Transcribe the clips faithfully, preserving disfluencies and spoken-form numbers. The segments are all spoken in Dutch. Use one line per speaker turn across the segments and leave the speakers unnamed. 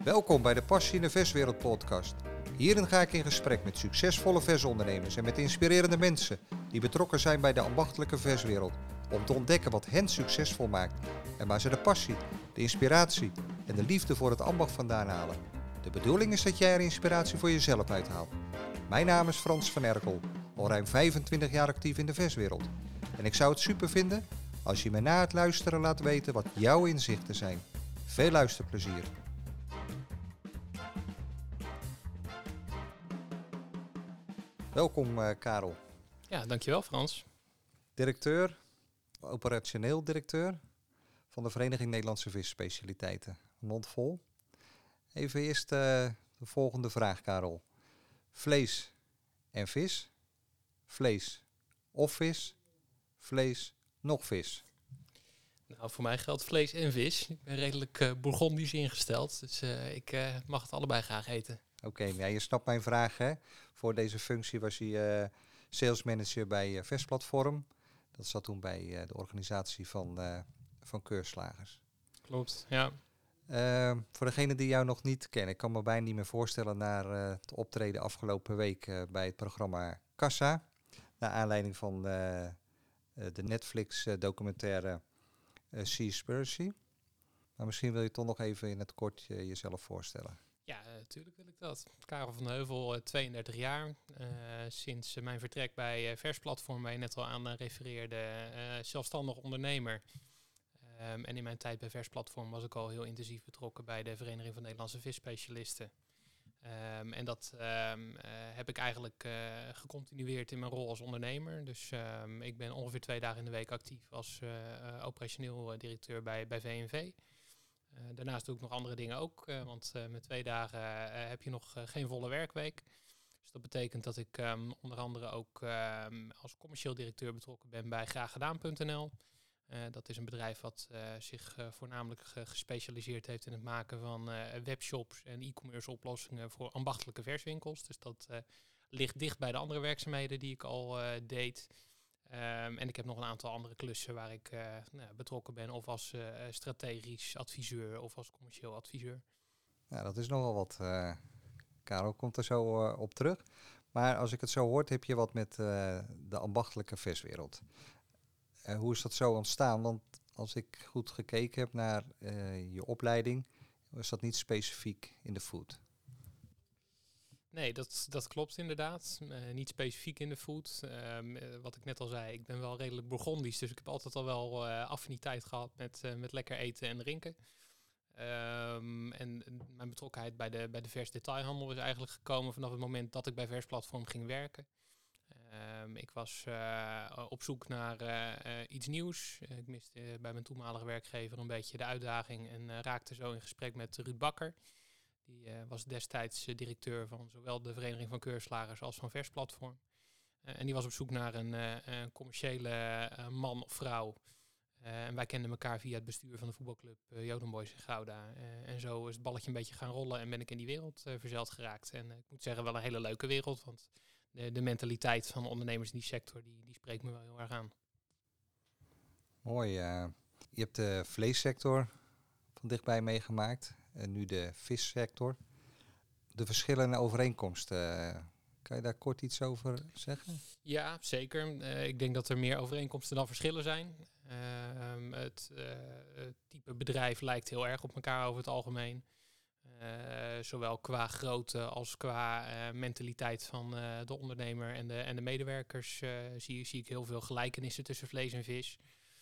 Welkom bij de Passie in de Viswereld podcast. Hierin ga ik in gesprek met succesvolle visondernemers en met inspirerende mensen die betrokken zijn bij de ambachtelijke viswereld. Om te ontdekken wat hen succesvol maakt en waar ze de passie, de inspiratie en de liefde voor het ambacht vandaan halen. De bedoeling is dat jij er inspiratie voor jezelf uithaalt. Mijn naam is Frans van Erkel, al ruim vijfentwintig jaar actief in de viswereld. En ik zou het super vinden als je me na het luisteren laat weten wat jouw inzichten zijn. Veel luisterplezier. Welkom uh, Karel.
Ja, dankjewel Frans.
Directeur, operationeel directeur van de Vereniging Nederlandse Visspecialiteiten. Mond vol. Even eerst uh, de volgende vraag, Karel. Vlees en vis? Vlees of vis? Vlees nog vis?
Nou, voor mij geldt vlees en vis. Ik ben redelijk uh, Bourgondisch ingesteld, dus uh, ik uh, mag het allebei graag eten.
Oké, okay, ja, je snapt mijn vraag, hè? Voor deze functie was je uh, sales manager bij uh, Versplatform. Dat zat toen bij uh, de organisatie van, uh, van keurslagers.
Klopt, ja.
Uh, voor degene die jou nog niet kennen, ik kan me bijna niet meer voorstellen naar uh, het optreden afgelopen week uh, bij het programma Kassa. Naar aanleiding van uh, uh, de Netflix uh, documentaire uh, Seaspiracy. Maar misschien wil je toch nog even in het kort uh, jezelf voorstellen.
Ja, natuurlijk uh, wil ik dat. Karel van de Heuvel, uh, tweeëndertig jaar. Uh, sinds uh, mijn vertrek bij uh, Versplatform, waar je net al aan uh, refereerde, uh, zelfstandig ondernemer. Um, en in mijn tijd bij Versplatform was ik al heel intensief betrokken bij de Vereniging van Nederlandse Visspecialisten. Um, en dat um, uh, heb ik eigenlijk uh, gecontinueerd in mijn rol als ondernemer. Dus um, ik ben ongeveer twee dagen in de week actief als uh, uh, operationeel uh, directeur bij, bij V N V. Uh, daarnaast doe ik nog andere dingen ook, uh, want uh, met twee dagen uh, heb je nog uh, geen volle werkweek. Dus dat betekent dat ik um, onder andere ook um, als commercieel directeur betrokken ben bij graaggedaan punt n l. Uh, dat is een bedrijf wat uh, zich uh, voornamelijk ge- gespecialiseerd heeft in het maken van uh, webshops en e-commerce oplossingen voor ambachtelijke verswinkels. Dus dat uh, ligt dicht bij de andere werkzaamheden die ik al uh, deed. Um, en ik heb nog een aantal andere klussen waar ik uh, nou, betrokken ben, of als uh, strategisch adviseur of als commercieel adviseur.
Ja, dat is nogal wat. Uh, Karel komt er zo uh, op terug. Maar als ik het zo hoor, heb je wat met uh, de ambachtelijke viswereld. Uh, hoe is dat zo ontstaan? Want als ik goed gekeken heb naar uh, je opleiding, was dat niet specifiek in de food.
Nee, dat, dat klopt inderdaad. Uh, niet specifiek in de food. Um, uh, wat ik net al zei, ik ben wel redelijk Bourgondisch, dus ik heb altijd al wel uh, affiniteit gehad met, uh, met lekker eten en drinken. Um, en, en mijn betrokkenheid bij de, bij de vers detailhandel is eigenlijk gekomen vanaf het moment dat ik bij Versplatform ging werken. Um, ik was uh, op zoek naar uh, uh, iets nieuws. Uh, ik miste uh, bij mijn toenmalige werkgever een beetje de uitdaging en uh, raakte zo in gesprek met Ruud Bakker. Die uh, was destijds uh, directeur van zowel de Vereniging van Keurslagers als van Versplatform. Uh, en die was op zoek naar een, uh, een commerciële uh, man of vrouw. Uh, en wij kenden elkaar via het bestuur van de voetbalclub uh, Jodenboys in Gouda. Uh, en zo is het balletje een beetje gaan rollen en ben ik in die wereld uh, verzeild geraakt. En uh, ik moet zeggen, wel een hele leuke wereld, want de, de mentaliteit van de ondernemers in die sector, die, die spreekt me wel heel erg aan.
Mooi. Uh, je hebt de vleessector van dichtbij meegemaakt en nu de vissector. De verschillen en overeenkomsten, uh, kan je daar kort iets over zeggen?
Ja, zeker. Uh, ik denk dat er meer overeenkomsten dan verschillen zijn. Uh, um, het, uh, het type bedrijf lijkt heel erg op elkaar over het algemeen. Uh, zowel qua grootte als qua uh, mentaliteit van uh, de ondernemer en de, en de medewerkers uh, zie, zie ik heel veel gelijkenissen tussen vlees en vis.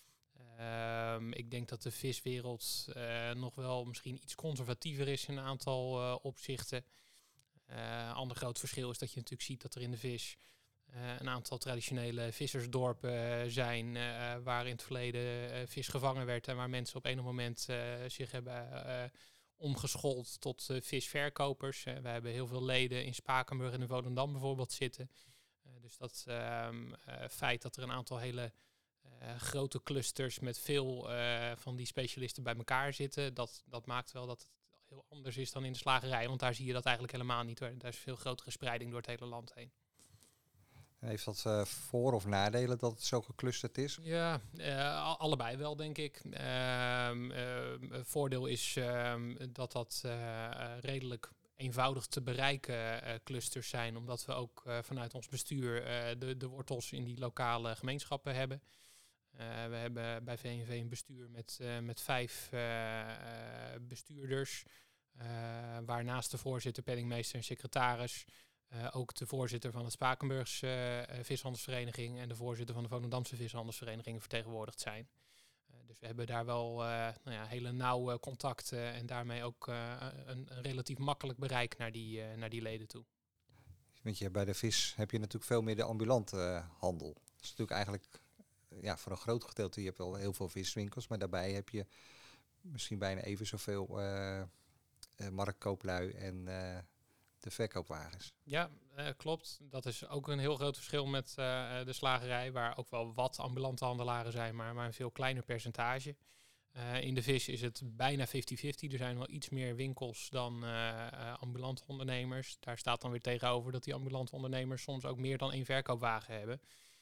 Uh, ik denk dat de viswereld uh, nog wel misschien iets conservatiever is in een aantal uh, opzichten. Een uh, ander groot verschil is dat je natuurlijk ziet dat er in de vis uh, een aantal traditionele vissersdorpen uh, zijn, uh, waar in het verleden uh, vis gevangen werd en waar mensen op enig moment uh, zich hebben uh, omgeschoold tot uh, visverkopers. Uh, we hebben heel veel leden in Spakenburg en in Volendam bijvoorbeeld zitten. Uh, dus dat uh, uh, feit dat er een aantal hele uh, grote clusters met veel uh, van die specialisten bij elkaar zitten, dat, dat maakt wel dat het heel anders is dan in de slagerij. Want daar zie je dat eigenlijk helemaal niet. Hoor. Daar is veel grotere spreiding door het hele land heen.
Heeft dat uh, voor- of nadelen dat het zo geclusterd is?
Ja, uh, allebei wel, denk ik. Uh, uh, voordeel is uh, dat dat uh, redelijk eenvoudig te bereiken uh, clusters zijn, omdat we ook uh, vanuit ons bestuur uh, de, de wortels in die lokale gemeenschappen hebben. Uh, we hebben bij V N V een bestuur met, uh, met vijf uh, uh, bestuurders, uh, waarnaast de voorzitter, penningmeester en secretaris Uh, ook de voorzitter van het Spakenburgse uh, vishandelsvereniging en de voorzitter van de Volendamse vishandelsvereniging vertegenwoordigd zijn. Uh, dus we hebben daar wel uh, nou ja, hele nauwe contacten en daarmee ook uh, een, een relatief makkelijk bereik naar die, uh, naar die leden toe.
Want je, bij de vis heb je natuurlijk veel meer de ambulante uh, handel. Dat is natuurlijk eigenlijk ja, voor een groot gedeelte, je hebt wel heel veel viswinkels, maar daarbij heb je misschien bijna even zoveel uh, uh, marktkooplui en uh, de verkoopwagens.
Ja, uh, klopt. Dat is ook een heel groot verschil met uh, de slagerij, waar ook wel wat ambulante handelaren zijn, maar, maar een veel kleiner percentage. Uh, in de vis is het bijna vijftig vijftig. Er zijn wel iets meer winkels dan uh, uh, ambulante ondernemers. Daar staat dan weer tegenover dat die ambulante ondernemers soms ook meer dan één verkoopwagen hebben.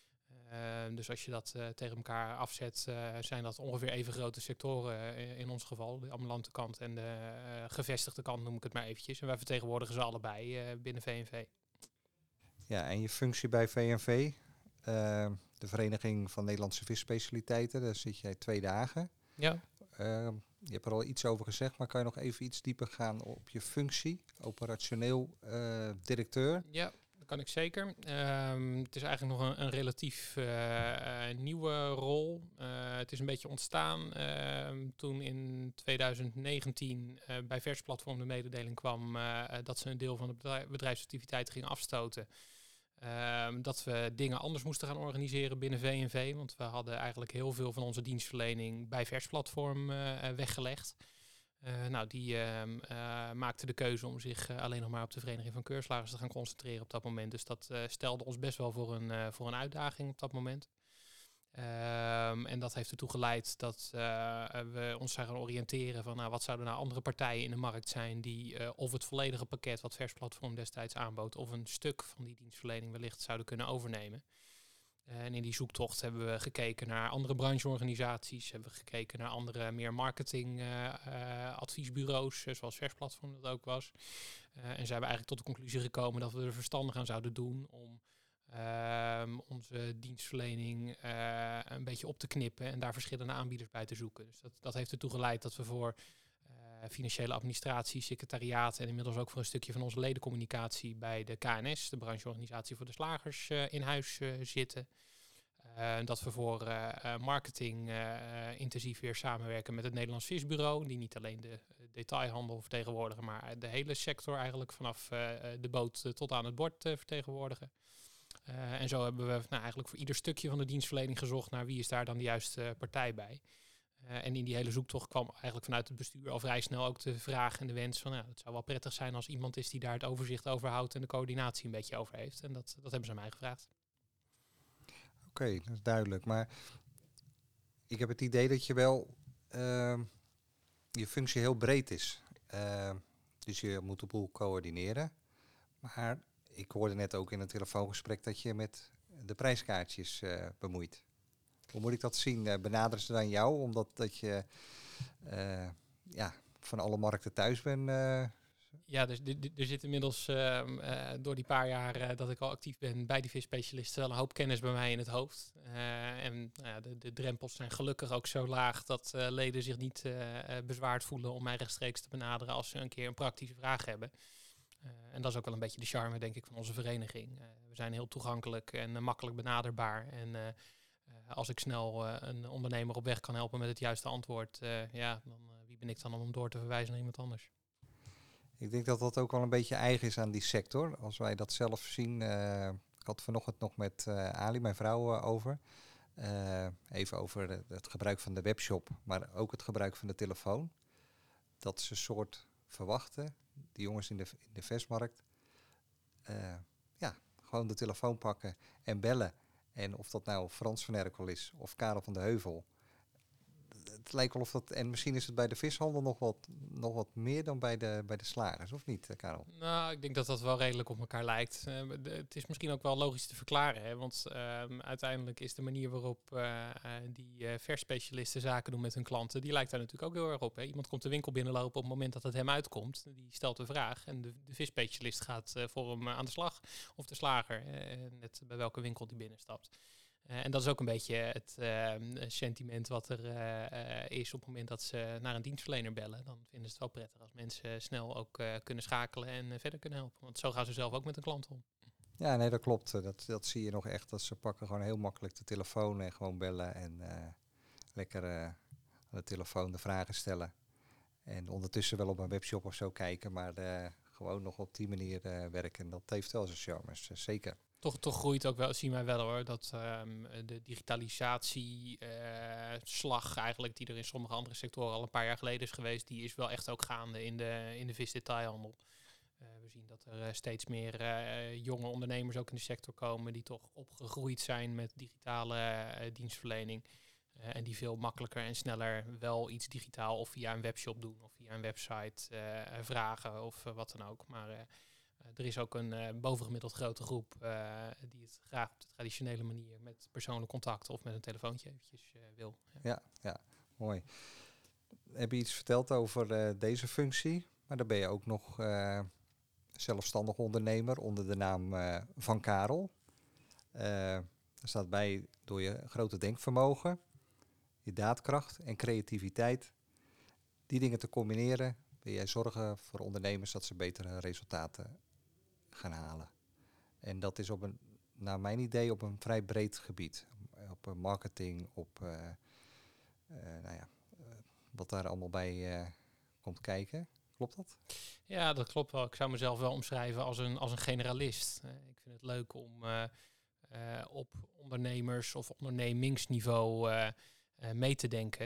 Uh, dus als je dat uh, tegen elkaar afzet, uh, zijn dat ongeveer even grote sectoren uh, in ons geval. De ambulante kant en de uh, gevestigde kant noem ik het maar eventjes. En wij vertegenwoordigen ze allebei uh, binnen V N V.
Ja, en je functie bij V N V, uh, de Vereniging van Nederlandse Visspecialiteiten, daar zit jij twee dagen.
Ja.
Uh, je hebt er al iets over gezegd, maar kan je nog even iets dieper gaan op je functie, operationeel uh, directeur?
Ja. Dat kan ik zeker. Um, het is eigenlijk nog een, een relatief uh, uh, nieuwe rol. Uh, het is een beetje ontstaan uh, toen in twintig negentien uh, bij Versplatform de mededeling kwam uh, dat ze een deel van de bedrijf, bedrijfsactiviteiten gingen afstoten. Uh, dat we dingen anders moesten gaan organiseren binnen V N V. Want we hadden eigenlijk heel veel van onze dienstverlening bij Versplatform uh, weggelegd. Uh, nou, die uh, uh, maakte de keuze om zich uh, alleen nog maar op de Vereniging van Keurslagers te gaan concentreren op dat moment. Dus dat uh, stelde ons best wel voor een, uh, voor een uitdaging op dat moment. Um, en dat heeft ertoe geleid dat uh, we ons zijn gaan oriënteren van nou, wat zouden nou andere partijen in de markt zijn die uh, of het volledige pakket wat Versplatform destijds aanbood of een stuk van die dienstverlening wellicht zouden kunnen overnemen. En in die zoektocht hebben we gekeken naar andere brancheorganisaties, hebben we gekeken naar andere meer marketing uh, uh, adviesbureaus, uh, zoals Versplatform dat ook was. Uh, en zijn we eigenlijk tot de conclusie gekomen dat we er verstandig aan zouden doen om uh, onze dienstverlening uh, een beetje op te knippen en daar verschillende aanbieders bij te zoeken. Dus dat, dat heeft ertoe geleid dat we voor uh, financiële administratie, secretariaat en inmiddels ook voor een stukje van onze ledencommunicatie bij de K N S, de brancheorganisatie voor de slagers, uh, in huis uh, zitten. Uh, dat we voor uh, uh, marketing uh, intensief weer samenwerken met het Nederlands Visbureau, die niet alleen de uh, detailhandel vertegenwoordigen, maar de hele sector eigenlijk vanaf uh, de boot uh, tot aan het bord uh, vertegenwoordigen. Uh, en zo hebben we nou, eigenlijk voor ieder stukje van de dienstverlening gezocht naar wie is daar dan de juiste partij bij. Uh, en in die hele zoektocht kwam eigenlijk vanuit het bestuur al vrij snel ook de vraag en de wens van nou, het zou wel prettig zijn als iemand is die daar het overzicht over houdt en de coördinatie een beetje over heeft. En dat, dat hebben ze aan mij gevraagd.
Oké, okay, dat is duidelijk. Maar ik heb het idee dat je wel uh, je functie heel breed is. Uh, dus je moet de boel coördineren. Maar ik hoorde net ook in een telefoongesprek dat je met de prijskaartjes uh, bemoeit. Hoe moet ik dat zien? Uh, benaderen ze dan jou omdat dat je uh, ja, van alle markten thuis bent? Uh,
Ja, dus er zit inmiddels uh, uh, door die paar jaar uh, dat ik al actief ben bij die visspecialisten wel een hoop kennis bij mij in het hoofd. Uh, en uh, de, de drempels zijn gelukkig ook zo laag dat uh, leden zich niet uh, bezwaard voelen om mij rechtstreeks te benaderen als ze een keer een praktische vraag hebben. Uh, en dat is ook wel een beetje de charme, denk ik, van onze vereniging. Uh, we zijn heel toegankelijk en uh, makkelijk benaderbaar. En uh, uh, als ik snel uh, een ondernemer op weg kan helpen met het juiste antwoord, uh, ja, dan uh, wie ben ik dan om hem door te verwijzen naar iemand anders?
Ik denk dat dat ook wel een beetje eigen is aan die sector. Als wij dat zelf zien. Uh, ik had vanochtend nog met uh, Ali, mijn vrouw, uh, over. Uh, even over de, het gebruik van de webshop, maar ook het gebruik van de telefoon. Dat ze een soort verwachten, die jongens in de, in de versmarkt, uh, ja, gewoon de telefoon pakken en bellen. En of dat nou Frans van Erkel is of Karel van de Heuvel. het lijkt wel of dat... En misschien is het bij de vishandel nog wat, nog wat meer dan bij de, bij de slagers, of niet, Karel?
Nou, ik denk dat dat wel redelijk op elkaar lijkt. Uh, de, het is misschien ook wel logisch te verklaren. Hè? Want uh, uiteindelijk is de manier waarop uh, uh, die uh, versspecialisten zaken doen met hun klanten... die lijkt daar natuurlijk ook heel erg op. Hè? Iemand komt de winkel binnenlopen op het moment dat het hem uitkomt. Die stelt een vraag en de, de visspecialist gaat uh, voor hem uh, aan de slag. Of de slager, uh, net bij welke winkel die binnenstapt. Uh, en dat is ook een beetje het uh, sentiment wat er uh, uh, is op het moment dat ze naar een dienstverlener bellen. Dan vinden ze het wel prettig als mensen snel ook uh, kunnen schakelen en uh, verder kunnen helpen. Want zo gaan ze zelf ook met een klant om.
Ja, nee, dat klopt. Dat, dat zie je nog echt. Dat ze pakken gewoon heel makkelijk de telefoon en gewoon bellen en uh, lekker uh, aan de telefoon de vragen stellen. En ondertussen wel op een webshop of zo kijken, maar uh, gewoon nog op die manier uh, werken. Dat heeft wel zijn charmes, uh, zeker.
Toch, toch groeit ook wel, zien wij wel hoor, dat um, de digitalisatieslag uh, eigenlijk die er in sommige andere sectoren al een paar jaar geleden is geweest, die is wel echt ook gaande in de, in de visdetailhandel. Uh, we zien dat er uh, steeds meer uh, jonge ondernemers ook in de sector komen die toch opgegroeid zijn met digitale uh, dienstverlening. Uh, en die veel makkelijker en sneller wel iets digitaal of via een webshop doen of via een website uh, vragen of uh, wat dan ook. Maar uh, er is ook een uh, bovengemiddeld grote groep uh, die het graag op de traditionele manier met persoonlijk contact of met een telefoontje eventjes uh, wil. Ja.
Ja, ja, mooi. Heb je iets verteld over uh, deze functie? Maar dan ben je ook nog uh, zelfstandig ondernemer onder de naam uh, Van Karel. Uh, er staat bij door je grote denkvermogen, je daadkracht en creativiteit. Die dingen te combineren, wil jij zorgen voor ondernemers dat ze betere resultaten gaan halen. En dat is op een, naar mijn idee, op een vrij breed gebied. Op uh, marketing, op uh, uh, nou ja, uh, wat daar allemaal bij uh, komt kijken. Klopt dat?
Ja, dat klopt wel. Ik zou mezelf wel omschrijven als een, als een generalist. Uh, ik vind het leuk om uh, uh, op ondernemers- of ondernemingsniveau uh, uh, mee te denken.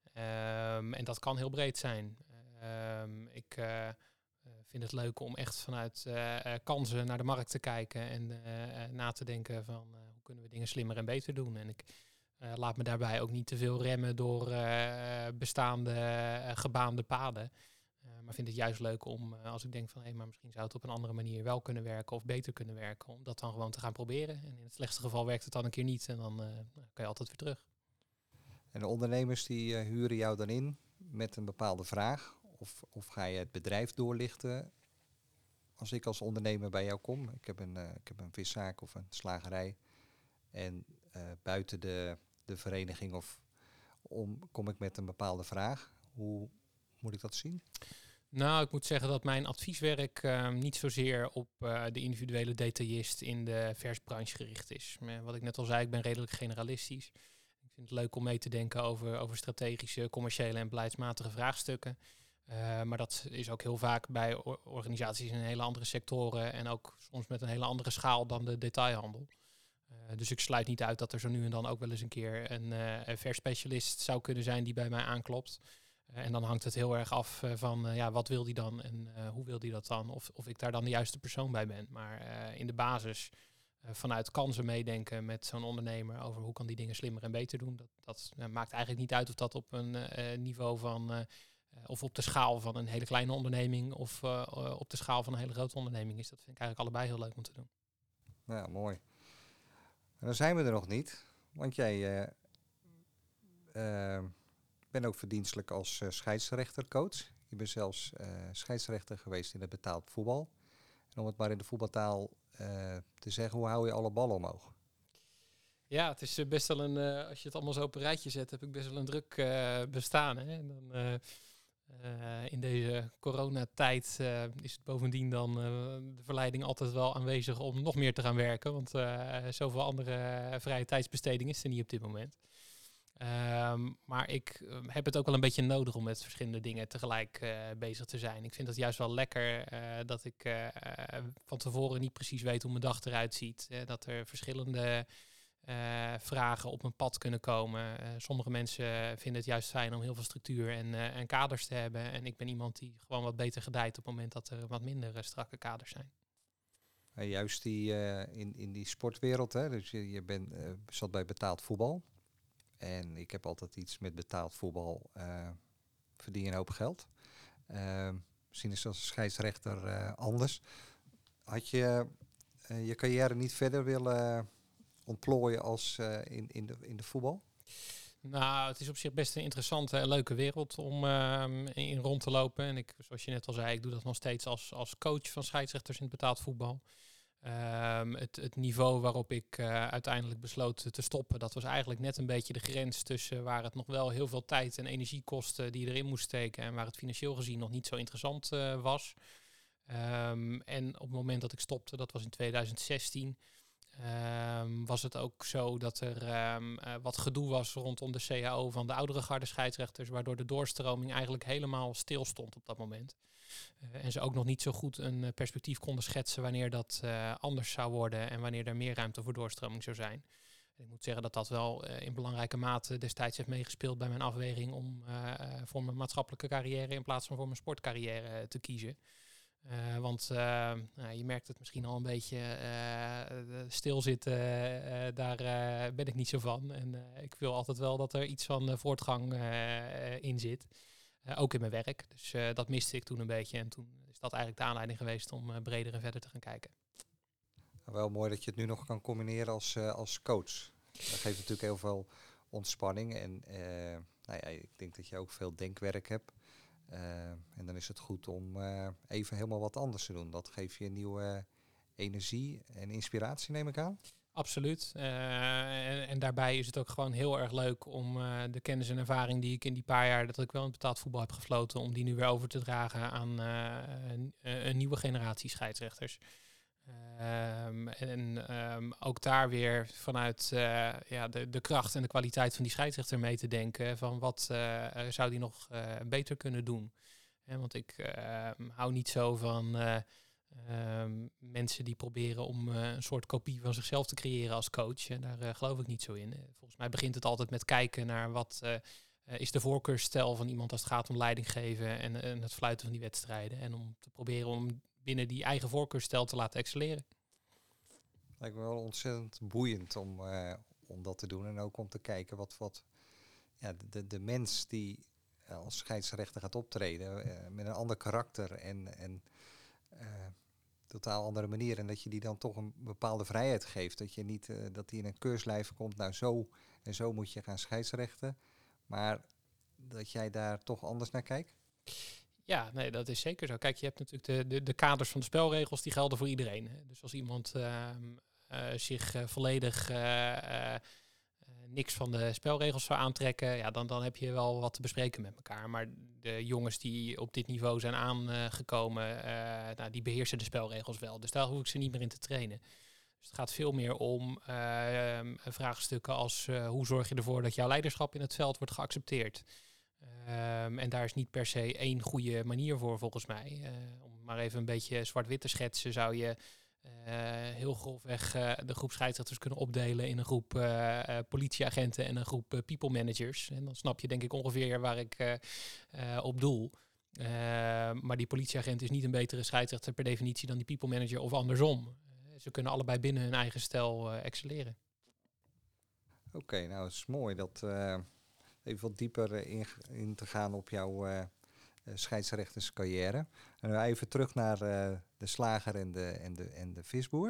Um, en dat kan heel breed zijn. Um, ik uh, vind het leuk om echt vanuit uh, uh, kansen naar de markt te kijken en uh, uh, na te denken van uh, hoe kunnen we dingen slimmer en beter doen. En ik uh, laat me daarbij ook niet te veel remmen door uh, bestaande uh, gebaande paden. Uh, maar vind het juist leuk om, uh, als ik denk van hé, hey, maar misschien zou het op een andere manier wel kunnen werken of beter kunnen werken, om dat dan gewoon te gaan proberen. En in het slechtste geval werkt het dan een keer niet en dan uh, kan je altijd weer terug.
En de ondernemers die uh, huren jou dan in met een bepaalde vraag? Of, of ga je het bedrijf doorlichten? Als ik als ondernemer bij jou kom, ik heb een, uh, ik heb een viszaak of een slagerij. En uh, buiten de, de vereniging of om, kom ik met een bepaalde vraag. Hoe moet ik dat zien?
Nou, ik moet zeggen dat mijn advieswerk uh, niet zozeer op uh, de individuele detailist in de versbranche gericht is. Maar wat ik net al zei, ik ben redelijk generalistisch. Ik vind het leuk om mee te denken over, over strategische, commerciële en beleidsmatige vraagstukken. Uh, maar dat is ook heel vaak bij or- organisaties in hele andere sectoren en ook soms met een hele andere schaal dan de detailhandel. Uh, dus ik sluit niet uit dat er zo nu en dan ook wel eens een keer een, uh, een versspecialist zou kunnen zijn die bij mij aanklopt. Uh, en dan hangt het heel erg af uh, van uh, ja, wat wil die dan en uh, hoe wil die dat dan? Of, of ik daar dan de juiste persoon bij ben. Maar uh, in de basis uh, vanuit kansen meedenken met zo'n ondernemer over hoe kan die dingen slimmer en beter doen. Dat, dat uh, maakt eigenlijk niet uit of dat op een uh, niveau van uh, uh, of op de schaal van een hele kleine onderneming of uh, uh, op de schaal van een hele grote onderneming is. Dat vind ik eigenlijk allebei heel leuk om te doen.
Ja, mooi. En dan zijn we er nog niet, want jij uh, uh, bent ook verdienstelijk als uh, scheidsrechtercoach. Je bent zelfs uh, scheidsrechter geweest in het betaald voetbal. En om het maar in de voetbaltaal uh, te zeggen, hoe hou je alle ballen omhoog?
Ja, het is best wel een, uh, als je het allemaal zo op een rijtje zet, heb ik best wel een druk uh, bestaan. Hè? En dan, uh, uh, in deze coronatijd uh, is het bovendien dan uh, de verleiding altijd wel aanwezig om nog meer te gaan werken. Want uh, zoveel andere uh, vrije tijdsbesteding is er niet op dit moment. Um, maar ik uh, heb het ook wel een beetje nodig om met verschillende dingen tegelijk uh, bezig te zijn. Ik vind het juist wel lekker uh, dat ik uh, uh, van tevoren niet precies weet hoe mijn dag eruit ziet. Uh, dat er verschillende uh, vragen op mijn pad kunnen komen. Uh, sommige mensen vinden het juist fijn om heel veel structuur en, uh, en kaders te hebben. En ik ben iemand die gewoon wat beter gedijt op het moment dat er wat minder uh, strakke kaders zijn.
Uh, juist die, uh, in, in die sportwereld, hè, dus je, je bent, uh, zat bij betaald voetbal. En ik heb altijd iets met betaald voetbal. Uh, verdien je een hoop geld. Uh, misschien is dat als scheidsrechter uh, anders. Had je uh, je carrière niet verder willen ontplooien als uh, in, in, de, in de voetbal?
Nou, het is op zich best een interessante en leuke wereld om uh, in rond te lopen. En ik, zoals je net al zei, ik doe dat nog steeds als, als coach van scheidsrechters in het betaald voetbal. Um, het, het niveau waarop ik uh, uiteindelijk besloot te stoppen, dat was eigenlijk net een beetje de grens tussen waar het nog wel heel veel tijd en energie kostte die je erin moest steken en waar het financieel gezien nog niet zo interessant uh, was. Um, en op het moment dat ik stopte, dat was in tweeduizend zestien, um, was het ook zo dat er um, uh, wat gedoe was rondom de C A O van de oudere garde scheidsrechters, waardoor de doorstroming eigenlijk helemaal stil stond op dat moment. Uh, en ze ook nog niet zo goed een uh, perspectief konden schetsen wanneer dat uh, anders zou worden en wanneer er meer ruimte voor doorstroming zou zijn. En ik moet zeggen dat dat wel uh, in belangrijke mate destijds heeft meegespeeld bij mijn afweging om uh, uh, voor mijn maatschappelijke carrière in plaats van voor mijn sportcarrière uh, te kiezen. Uh, want uh, nou, je merkt het misschien al een beetje uh, stilzitten, uh, daar uh, ben ik niet zo van. En uh, ik wil altijd wel dat er iets van uh, voortgang uh, in zit. Uh, ook in mijn werk. Dus uh, dat miste ik toen een beetje. En toen is dat eigenlijk de aanleiding geweest om uh, breder en verder te gaan kijken.
Wel mooi dat je het nu nog kan combineren als, uh, als coach. Dat geeft natuurlijk heel veel ontspanning. En uh, nou ja, ik denk dat je ook veel denkwerk hebt. Uh, en dan is het goed om uh, even helemaal wat anders te doen. Dat geeft je een nieuwe uh, energie en inspiratie, neem ik aan.
Absoluut. Uh, en, en daarbij is het ook gewoon heel erg leuk om uh, de kennis en ervaring die ik in die paar jaar dat ik wel in het betaald voetbal heb gefloten, om die nu weer over te dragen aan uh, een, een nieuwe generatie scheidsrechters. Um, en um, ook daar weer vanuit uh, ja, de, de kracht en de kwaliteit van die scheidsrechter mee te denken van wat uh, zou die nog uh, beter kunnen doen. He, want ik uh, hou niet zo van uh, um, mensen die proberen om uh, een soort kopie van zichzelf te creëren als coach. En daar uh, geloof ik niet zo in. Volgens mij begint het altijd met kijken naar wat uh, uh, is de voorkeursstijl van iemand als het gaat om leiding geven en, en het fluiten van die wedstrijden. En om te proberen om binnen die eigen voorkeursstijl te laten excelleren.
Lijkt me wel ontzettend boeiend om, uh, om dat te doen. En ook om te kijken wat, wat ja, de, de mens die uh, als scheidsrechter gaat optreden uh, met een ander karakter en, en uh, totaal andere manier. En dat je die dan toch een bepaalde vrijheid geeft. Dat je niet uh, dat die in een keurslijf komt. Nou, zo en zo moet je gaan scheidsrechten. Maar dat jij daar toch anders naar kijkt.
Ja, nee, dat is zeker zo. Kijk, je hebt natuurlijk de, de, de kaders van de spelregels, die gelden voor iedereen. Hè. Dus als iemand uh, uh, zich uh, volledig uh, uh, niks van de spelregels zou aantrekken, ja, dan, dan heb je wel wat te bespreken met elkaar. Maar de jongens die op dit niveau zijn aangekomen, uh, nou, die beheersen de spelregels wel. Dus daar hoef ik ze niet meer in te trainen. Dus het gaat veel meer om uh, vraagstukken als uh, hoe zorg je ervoor dat jouw leiderschap in het veld wordt geaccepteerd. Um, en daar is niet per se één goede manier voor, volgens mij. Uh, om maar even een beetje zwart-wit te schetsen, zou je uh, heel grofweg uh, de groep scheidsrechters kunnen opdelen in een groep uh, uh, politieagenten en een groep uh, people managers. En dan snap je denk ik ongeveer waar ik uh, uh, op doel. Uh, maar die politieagent is niet een betere scheidsrechter per definitie dan die people manager of andersom. Uh, ze kunnen allebei binnen hun eigen stijl uh, excelleren.
Oké, okay, nou het is mooi dat... Uh even wat dieper in, in te gaan op jouw uh, scheidsrechterscarrière. En even terug naar uh, de slager en de, en, de, en de visboer.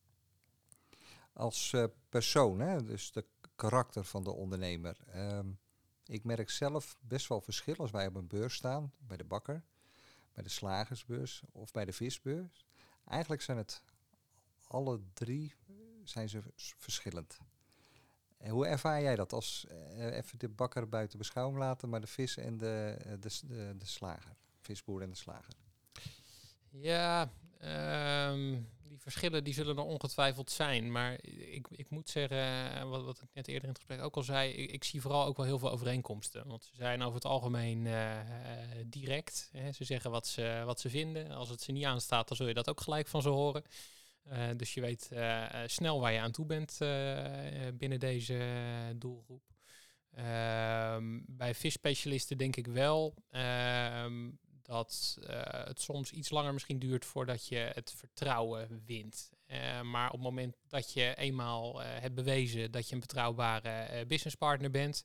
Als uh, persoon, hè, dus de karakter van de ondernemer. Um, ik merk zelf best wel verschil als wij op een beurs staan, bij de bakker, bij de slagersbeurs of bij de visbeurs. Eigenlijk zijn het alle drie zijn ze verschillend. En hoe ervaar jij dat als uh, even de bakker buiten beschouwing laten, maar de vis en de, de, de, de slager, visboer en de slager?
Ja, um, die verschillen die zullen er ongetwijfeld zijn. Maar ik, ik moet zeggen, wat, wat ik net eerder in het gesprek ook al zei, ik, ik zie vooral ook wel heel veel overeenkomsten. Want ze zijn over het algemeen uh, uh, direct. Hè. Ze zeggen wat ze, wat ze vinden. Als het ze niet aanstaat, dan zul je dat ook gelijk van ze horen. Uh, dus je weet uh, snel waar je aan toe bent uh, binnen deze uh, doelgroep. Uh, bij visspecialisten denk ik wel uh, dat uh, het soms iets langer misschien duurt voordat je het vertrouwen wint. Uh, maar op het moment dat je eenmaal uh, hebt bewezen dat je een betrouwbare uh, businesspartner bent,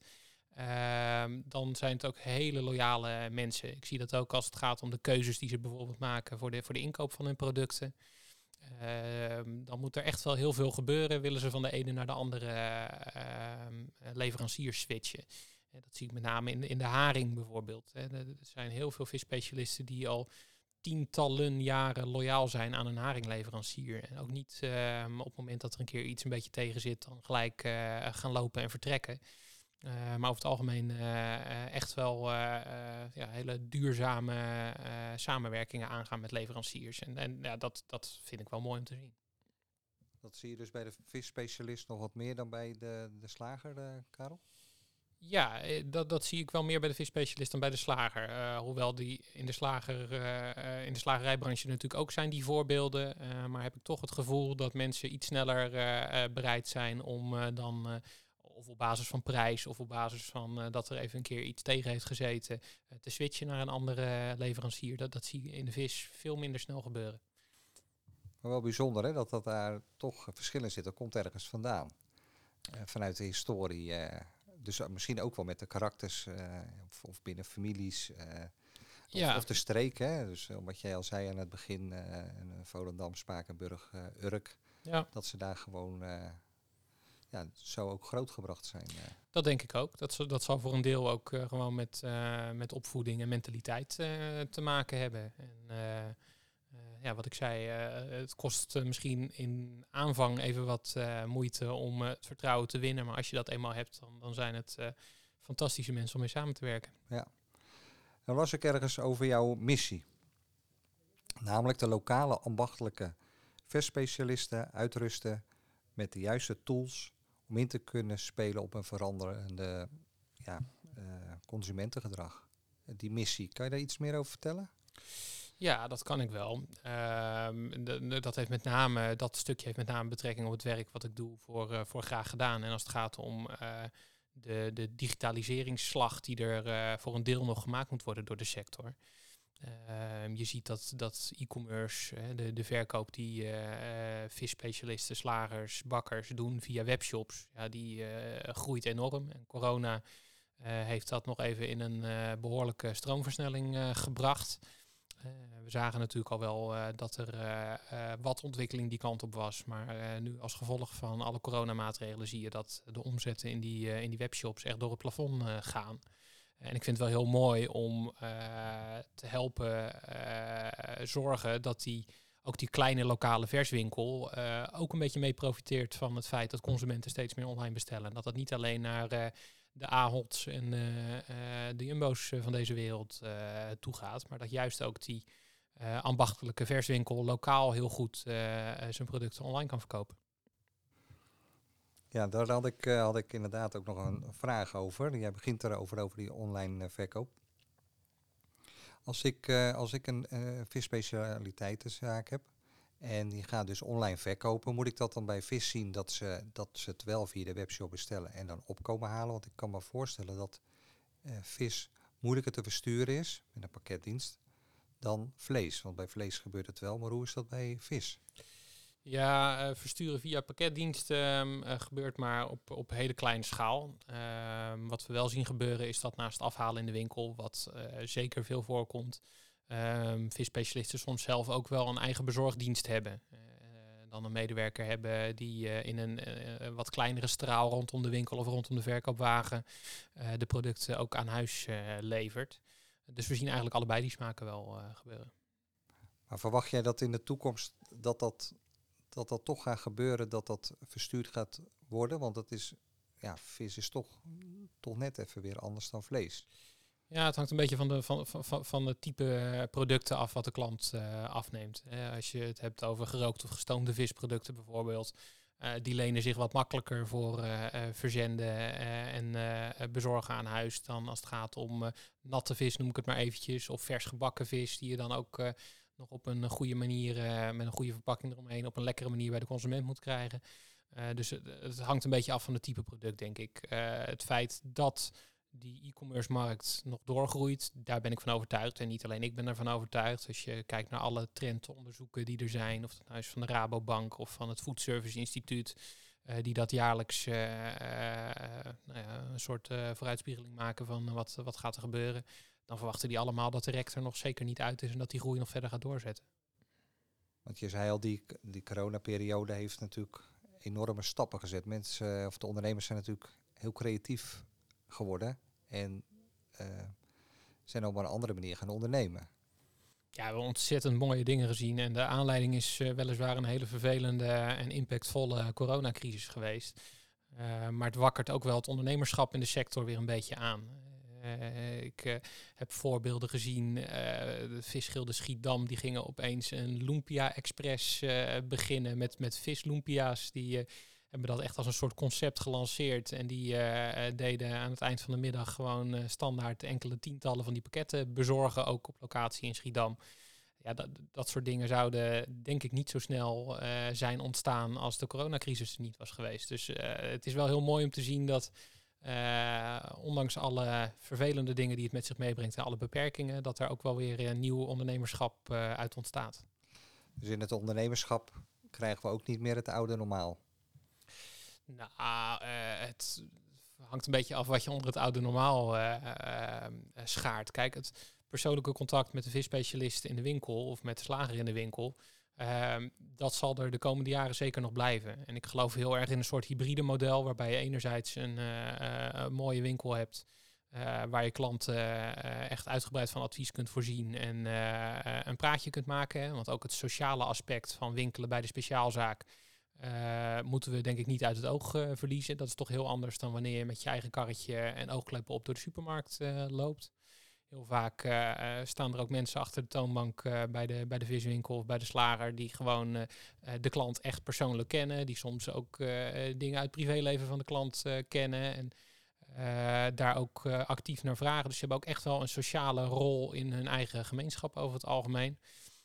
uh, dan zijn het ook hele loyale mensen. Ik zie dat ook als het gaat om de keuzes die ze bijvoorbeeld maken voor de, voor de inkoop van hun producten. Uh, dan moet er echt wel heel veel gebeuren, willen ze van de ene naar de andere uh, uh, leverancier switchen. Uh, dat zie ik met name in de, in de haring bijvoorbeeld. Hè. Er zijn heel veel visspecialisten die al tientallen jaren loyaal zijn aan een haringleverancier. En ook niet uh, op het moment dat er een keer iets een beetje tegen zit, dan gelijk uh, gaan lopen en vertrekken. Uh, maar over het algemeen uh, uh, echt wel uh, uh, ja, hele duurzame uh, samenwerkingen aangaan met leveranciers. En, en ja, dat, dat vind ik wel mooi om te zien.
Dat zie je dus bij de visspecialist nog wat meer dan bij de, de slager, uh, Karel?
Ja, dat, dat zie ik wel meer bij de visspecialist dan bij de slager. Uh, hoewel die in de, slager, uh, in de slagerijbranche natuurlijk ook zijn die voorbeelden. Uh, maar heb ik toch het gevoel dat mensen iets sneller uh, uh, bereid zijn om uh, dan... Uh, of op basis van prijs of op basis van uh, dat er even een keer iets tegen heeft gezeten, uh, te switchen naar een andere leverancier. Dat, dat zie je in de vis veel minder snel gebeuren.
Maar wel bijzonder hè, dat, dat daar toch verschillen zitten. Dat komt ergens vandaan. Uh, vanuit de historie. Uh, dus uh, misschien ook wel met de karakters uh, of, of binnen families. Uh,
ja.
of, of de streek. Hè? Dus uh, wat jij al zei aan het begin. Uh, Volendam, Spakenburg, uh, Urk. Ja. Dat ze daar gewoon... Uh, Ja, zou ook grootgebracht zijn. Uh.
Dat denk ik ook. Dat, dat zal voor een deel ook uh, gewoon met, uh, met opvoeding en mentaliteit uh, te maken hebben. En uh, uh, ja, wat ik zei, uh, het kost uh, misschien in aanvang even wat uh, moeite om uh, het vertrouwen te winnen. Maar als je dat eenmaal hebt, dan, dan zijn het uh, fantastische mensen om mee samen te werken.
Ja. Dan las ik ergens over jouw missie. Namelijk de lokale ambachtelijke visspecialisten uitrusten met de juiste tools om in te kunnen spelen op een veranderende ja, uh, consumentengedrag. Die missie, kan je daar iets meer over vertellen?
Ja, dat kan ik wel. Uh, de, de, dat heeft met name, dat stukje heeft met name betrekking op het werk wat ik doe voor, uh, voor Graag Gedaan. En als het gaat om uh, de, de digitaliseringsslag die er uh, voor een deel nog gemaakt moet worden door de sector. Uh, je ziet dat, dat e-commerce, uh, de, de verkoop die uh, uh, visspecialisten, slagers, bakkers doen via webshops, ja, die uh, groeit enorm. En corona uh, heeft dat nog even in een uh, behoorlijke stroomversnelling uh, gebracht. Uh, we zagen natuurlijk al wel uh, dat er uh, uh, wat ontwikkeling die kant op was. Maar uh, nu als gevolg van alle coronamaatregelen zie je dat de omzetten in die, uh, in die webshops echt door het plafond uh, gaan. En ik vind het wel heel mooi om uh, te helpen uh, zorgen dat die, ook die kleine lokale verswinkel uh, ook een beetje mee profiteert van het feit dat consumenten steeds meer online bestellen. Dat dat niet alleen naar uh, de Ahots en uh, uh, de Jumbo's van deze wereld uh, toe gaat, maar dat juist ook die uh, ambachtelijke verswinkel lokaal heel goed uh, zijn producten online kan verkopen.
Ja, daar had ik, uh, had ik inderdaad ook nog een vraag over. Jij begint erover, over die online uh, verkoop. Als ik, uh, als ik een uh, visspecialiteitenzaak heb en die gaat dus online verkopen, moet ik dat dan bij vis zien dat ze, dat ze het wel via de webshop bestellen en dan opkomen halen? Want ik kan me voorstellen dat uh, vis moeilijker te versturen is met een pakketdienst dan vlees. Want bij vlees gebeurt het wel, maar hoe is dat bij vis?
Ja, uh, versturen via pakketdiensten uh, gebeurt maar op, op hele kleine schaal. Uh, wat we wel zien gebeuren is dat naast afhalen in de winkel, wat uh, zeker veel voorkomt, uh, visspecialisten soms zelf ook wel een eigen bezorgdienst hebben. Uh, dan een medewerker hebben die uh, in een uh, wat kleinere straal rondom de winkel of rondom de verkoopwagen uh, de producten ook aan huis uh, levert. Dus we zien eigenlijk allebei die smaken wel uh, gebeuren.
Maar verwacht jij dat in de toekomst dat dat... dat dat toch gaat gebeuren, dat dat verstuurd gaat worden? Want het is, ja, vis is toch, toch net even weer anders dan vlees.
Ja, het hangt een beetje van de, van, van, van de type producten af wat de klant uh, afneemt. Uh, als je het hebt over gerookt of gestoomde visproducten bijvoorbeeld, uh, die lenen zich wat makkelijker voor uh, uh, verzenden uh, en uh, bezorgen aan huis dan als het gaat om uh, natte vis, noem ik het maar eventjes, of vers gebakken vis die je dan ook uh, nog op een goede manier, uh, met een goede verpakking eromheen, op een lekkere manier bij de consument moet krijgen. Uh, dus het, het hangt een beetje af van het type product, denk ik. Uh, het feit dat die e-commerce markt nog doorgroeit. Daar ben ik van overtuigd. En niet alleen ik ben ervan overtuigd. Als je kijkt naar alle trendonderzoeken die er zijn, of het nou is van de Rabobank of van het Food Service Instituut, uh, die dat jaarlijks uh, uh, nou ja, een soort uh, vooruitspiegeling maken van uh, wat, wat gaat er gebeuren. Dan verwachten die allemaal dat de rek er nog zeker niet uit is en dat die groei nog verder gaat doorzetten.
Want je zei al, die, die coronaperiode heeft natuurlijk enorme stappen gezet. Mensen, of de ondernemers zijn natuurlijk heel creatief geworden en uh, zijn op een andere manier gaan ondernemen.
Ja, we hebben ontzettend mooie dingen gezien. En de aanleiding is uh, weliswaar een hele vervelende en impactvolle coronacrisis geweest. Uh, maar het wakkert ook wel het ondernemerschap in de sector weer een beetje aan. Uh, ik uh, heb voorbeelden gezien. Uh, de visgilde Schiedam, die gingen opeens een Lumpia Express uh, beginnen met, met vislumpia's. Die uh, hebben dat echt als een soort concept gelanceerd. En die uh, deden aan het eind van de middag gewoon uh, standaard enkele tientallen van die pakketten bezorgen, ook op locatie in Schiedam. Ja, dat, dat soort dingen zouden denk ik niet zo snel uh, zijn ontstaan als de coronacrisis er niet was geweest. Dus uh, het is wel heel mooi om te zien dat Uh, ondanks alle vervelende dingen die het met zich meebrengt en alle beperkingen, dat er ook wel weer een nieuw ondernemerschap uh, uit ontstaat.
Dus in het ondernemerschap krijgen we ook niet meer het oude normaal?
Nou, uh, het hangt een beetje af wat je onder het oude normaal uh, uh, schaart. Kijk, het persoonlijke contact met de visspecialist in de winkel of met de slager in de winkel, Uh, dat zal er de komende jaren zeker nog blijven. En ik geloof heel erg in een soort hybride model, waarbij je enerzijds een, uh, uh, een mooie winkel hebt, uh, waar je klanten uh, echt uitgebreid van advies kunt voorzien en uh, uh, een praatje kunt maken. Hè? Want ook het sociale aspect van winkelen bij de speciaalzaak uh, moeten we denk ik niet uit het oog uh, verliezen. Dat is toch heel anders dan wanneer je met je eigen karretje en oogkleppen op door de supermarkt uh, loopt. Heel vaak uh, staan er ook mensen achter de toonbank uh, bij, de, bij de viswinkel of bij de slager die gewoon uh, de klant echt persoonlijk kennen. Die soms ook uh, dingen uit het privéleven van de klant uh, kennen en uh, daar ook uh, actief naar vragen. Dus ze hebben ook echt wel een sociale rol in hun eigen gemeenschap over het algemeen.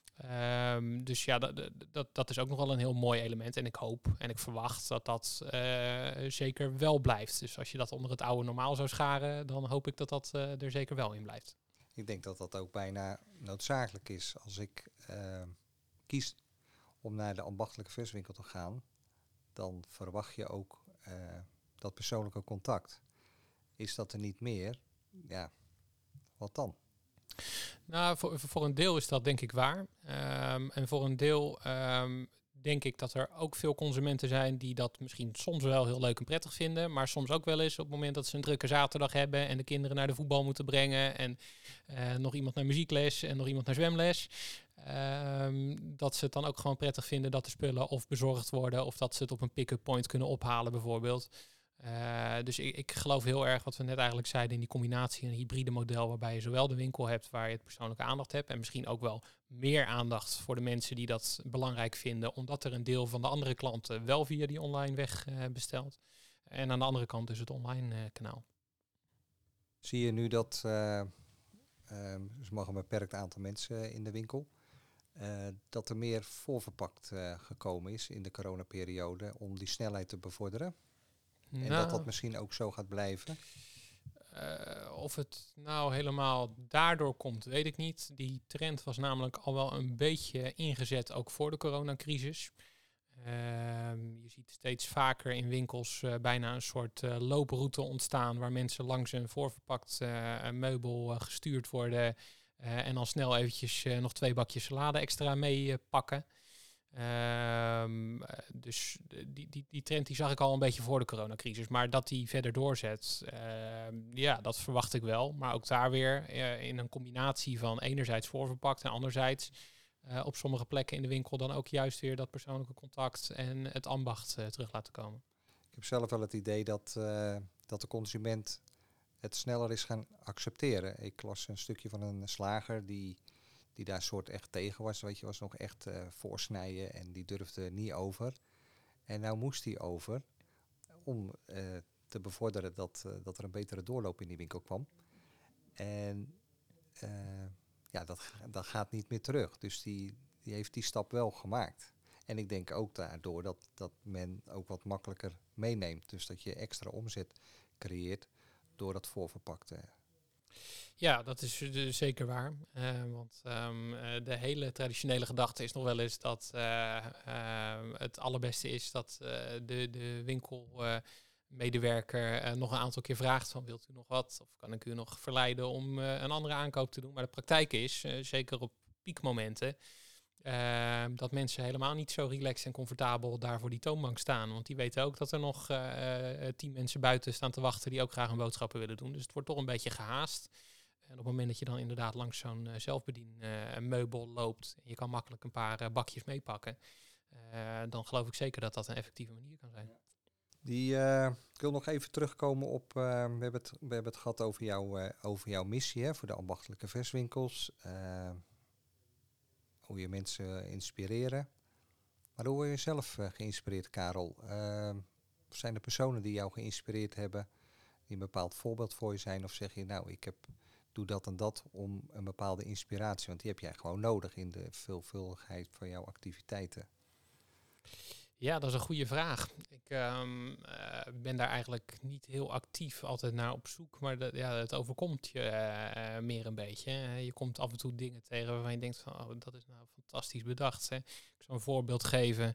Um, dus ja, dat, dat, dat is ook nog wel een heel mooi element. En ik hoop en ik verwacht dat dat uh, zeker wel blijft. Dus als je dat onder het oude normaal zou scharen, dan hoop ik dat dat uh, er zeker wel in blijft.
Ik denk dat dat ook bijna noodzakelijk is. Als ik uh, kies om naar de ambachtelijke viswinkel te gaan, dan verwacht je ook uh, dat persoonlijke contact. Is dat er niet meer? Ja, wat dan?
Nou, voor, voor een deel is dat denk ik waar. Um, en voor een deel um, denk ik dat er ook veel consumenten zijn die dat misschien soms wel heel leuk en prettig vinden, maar soms ook wel eens op het moment dat ze een drukke zaterdag hebben en de kinderen naar de voetbal moeten brengen en uh, nog iemand naar muziekles en nog iemand naar zwemles, um, dat ze het dan ook gewoon prettig vinden dat de spullen of bezorgd worden of dat ze het op een pick-up point kunnen ophalen bijvoorbeeld. Uh, dus ik, ik geloof heel erg wat we net eigenlijk zeiden in die combinatie, een hybride model waarbij je zowel de winkel hebt waar je het persoonlijke aandacht hebt en misschien ook wel meer aandacht voor de mensen die dat belangrijk vinden, omdat er een deel van de andere klanten wel via die online weg uh, bestelt. En aan de andere kant dus het online uh, kanaal.
Zie je nu dat uh, uh, er mag een beperkt aantal mensen in de winkel, uh, dat er meer voorverpakt uh, gekomen is in de coronaperiode om die snelheid te bevorderen? En nou, dat dat misschien ook zo gaat blijven?
Uh, of het nou helemaal daardoor komt, weet ik niet. Die trend was namelijk al wel een beetje ingezet, ook voor de coronacrisis. Uh, je ziet steeds vaker in winkels uh, bijna een soort uh, looproute ontstaan, waar mensen langs een voorverpakt uh, meubel uh, gestuurd worden uh, en dan snel eventjes uh, nog twee bakjes salade extra mee uh, pakken. Um, dus die, die, die trend die zag ik al een beetje voor de coronacrisis. Maar dat die verder doorzet, uh, ja, dat verwacht ik wel. Maar ook daar weer uh, in een combinatie van enerzijds voorverpakt en anderzijds uh, op sommige plekken in de winkel dan ook juist weer dat persoonlijke contact en het ambacht uh, terug laten komen.
Ik heb zelf wel het idee dat, uh, dat de consument het sneller is gaan accepteren. Ik las een stukje van een slager die... die daar soort echt tegen was, weet je, was nog echt uh, voorsnijden en die durfde niet over. En nou moest hij over om uh, te bevorderen dat, uh, dat er een betere doorloop in die winkel kwam. En uh, ja, dat, dat gaat niet meer terug. Dus die, die heeft die stap wel gemaakt. En ik denk ook daardoor dat, dat men ook wat makkelijker meeneemt. Dus dat je extra omzet creëert door dat voorverpakte.
Ja, dat is uh, zeker waar. Uh, want um, uh, de hele traditionele gedachte is nog wel eens dat uh, uh, het allerbeste is dat uh, de, de winkelmedewerker uh, uh, nog een aantal keer vraagt van wilt u nog wat? Of kan ik u nog verleiden om uh, een andere aankoop te doen? Maar de praktijk is, uh, zeker op piekmomenten, Uh, dat mensen helemaal niet zo relaxed en comfortabel daar voor die toonbank staan. Want die weten ook dat er nog uh, uh, tien mensen buiten staan te wachten die ook graag hun boodschappen willen doen. Dus het wordt toch een beetje gehaast. En op het moment dat je dan inderdaad langs zo'n uh, zelfbedien uh, meubel loopt en je kan makkelijk een paar uh, bakjes meepakken, uh, dan geloof ik zeker dat dat een effectieve manier kan zijn.
Die, uh, ik wil nog even terugkomen op, uh, we, hebben het, we hebben het gehad over, jou, uh, over jouw missie hè, voor de ambachtelijke verswinkels. Uh, hoe je mensen inspireren. Maar hoe word je zelf uh, geïnspireerd, Karel? Uh, zijn er personen die jou geïnspireerd hebben, die een bepaald voorbeeld voor je zijn? Of zeg je, nou, ik heb, doe dat en dat om een bepaalde inspiratie? Want die heb jij gewoon nodig in de veelvuldigheid van jouw activiteiten.
Ja, dat is een goede vraag. Ik um, uh, ben daar eigenlijk niet heel actief altijd naar op zoek, maar de, ja, het overkomt je uh, uh, meer een beetje. Uh, je komt af en toe dingen tegen waarvan je denkt van, oh, dat is nou fantastisch bedacht. Hè. Ik zal een voorbeeld geven.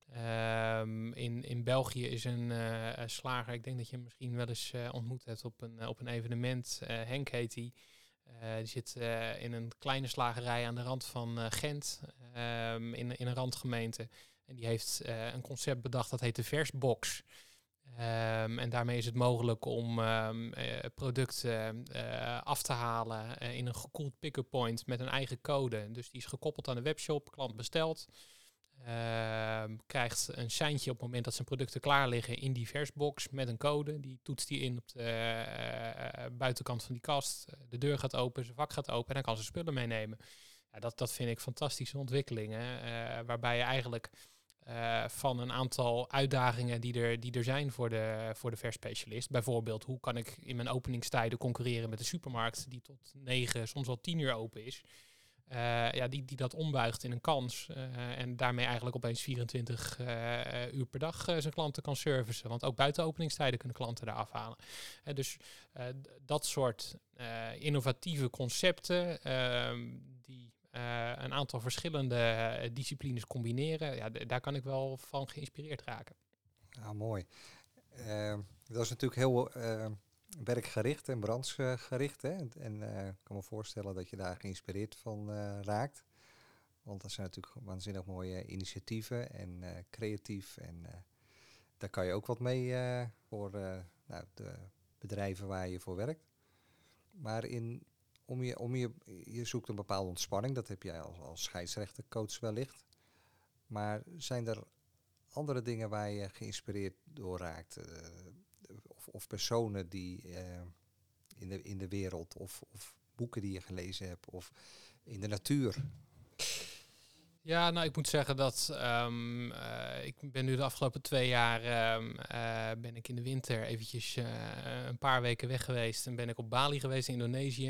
Um, in, in België is een uh, slager, ik denk dat je hem misschien wel eens uh, ontmoet hebt op een, uh, op een evenement. Uh, Henk heet die. Uh, die zit uh, in een kleine slagerij aan de rand van uh, Gent, um, in, in een randgemeente. En die heeft uh, een concept bedacht, dat heet de Versbox. Um, en daarmee is het mogelijk om um, uh, producten uh, af te halen uh, in een gekoeld pick-up point met een eigen code. Dus die is gekoppeld aan de webshop, klant bestelt. Uh, krijgt een seintje op het moment dat zijn producten klaar liggen in die Versbox met een code. Die toetst die in op de uh, buitenkant van die kast. De deur gaat open, zijn vak gaat open en hij kan zijn spullen meenemen. Ja, dat, dat vind ik fantastische ontwikkelingen. Uh, waarbij je eigenlijk uh, van een aantal uitdagingen die er, die er zijn voor de, voor de versspecialist. Bijvoorbeeld, hoe kan ik in mijn openingstijden concurreren met de supermarkt die tot negen, soms al tien uur open is. Uh, ja, die, die dat ombuigt in een kans. Uh, en daarmee eigenlijk opeens vierentwintig uh, uur per dag uh, zijn klanten kan servicen. Want ook buiten openingstijden kunnen klanten daar afhalen. Uh, dus uh, d- dat soort uh, innovatieve concepten uh, die uh, een aantal verschillende uh, disciplines combineren. Ja, d- daar kan ik wel van geïnspireerd raken.
Ja, mooi. Uh, dat is natuurlijk heel uh, werkgericht en brandsgericht. Hè? En uh, ik kan me voorstellen dat je daar geïnspireerd van uh, raakt. Want dat zijn natuurlijk waanzinnig mooie initiatieven en uh, creatief. En uh, daar kan je ook wat mee uh, voor uh, nou, de bedrijven waar je voor werkt. Maar in, om je, om je, je zoekt een bepaalde ontspanning. Dat heb jij als, als scheidsrechtercoach wellicht. Maar zijn er andere dingen waar je geïnspireerd door raakt? Uh, of, of personen die uh, in, de, in de wereld, of, of boeken die je gelezen hebt, of in de natuur?
Ja, nou, ik moet zeggen dat um, uh, ik ben nu de afgelopen twee jaar um, uh, ben ik in de winter eventjes uh, een paar weken weg geweest en ben ik op Bali geweest in Indonesië.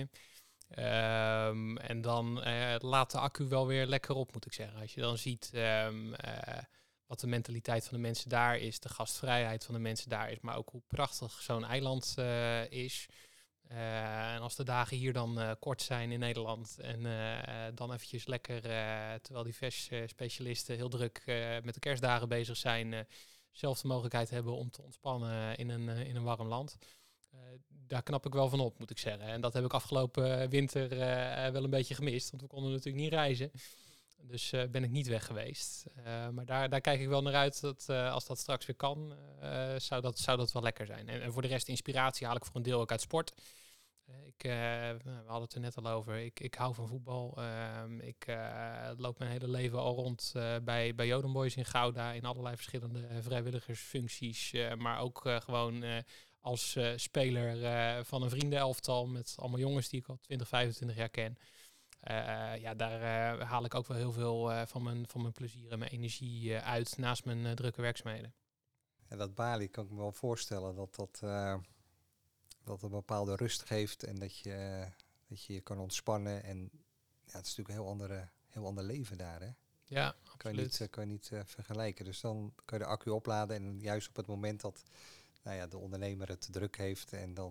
Um, en dan uh, laat de accu wel weer lekker op, moet ik zeggen. Als je dan ziet um, uh, wat de mentaliteit van de mensen daar is, de gastvrijheid van de mensen daar is, maar ook hoe prachtig zo'n eiland uh, is. Uh, en als de dagen hier dan uh, kort zijn in Nederland en uh, dan eventjes lekker, uh, terwijl die versspecialisten heel druk uh, met de kerstdagen bezig zijn, uh, zelf de mogelijkheid hebben om te ontspannen in een, uh, in een warm land. Uh, daar knap ik wel van op, moet ik zeggen. En dat heb ik afgelopen winter uh, wel een beetje gemist, want we konden natuurlijk niet reizen. Dus uh, ben ik niet weg geweest. Uh, maar daar, daar kijk ik wel naar uit dat uh, als dat straks weer kan, uh, zou, dat, zou dat wel lekker zijn. En, en voor de rest inspiratie haal ik voor een deel ook uit sport. Uh, ik, uh, we hadden het er net al over. Ik, ik hou van voetbal. Uh, ik uh, loop mijn hele leven al rond uh, bij, bij Young Boys in Gouda. In allerlei verschillende uh, vrijwilligersfuncties. Uh, maar ook uh, gewoon uh, als uh, speler uh, van een vriendenelftal met allemaal jongens die ik al twintig, vijfentwintig jaar ken. Uh, ja, daar uh, haal ik ook wel heel veel uh, van, mijn, van mijn plezier en mijn energie uh, uit naast mijn uh, drukke werkzaamheden.
En dat Bali kan ik me wel voorstellen dat dat, uh, dat een bepaalde rust geeft en dat je dat je, je kan ontspannen. En ja, het is natuurlijk een heel, andere, heel ander leven daar, hè?
Ja, absoluut.
Kan je niet, uh, kan je niet uh, vergelijken. Dus dan kan je de accu opladen en juist op het moment dat nou ja, de ondernemer het te druk heeft en dan kan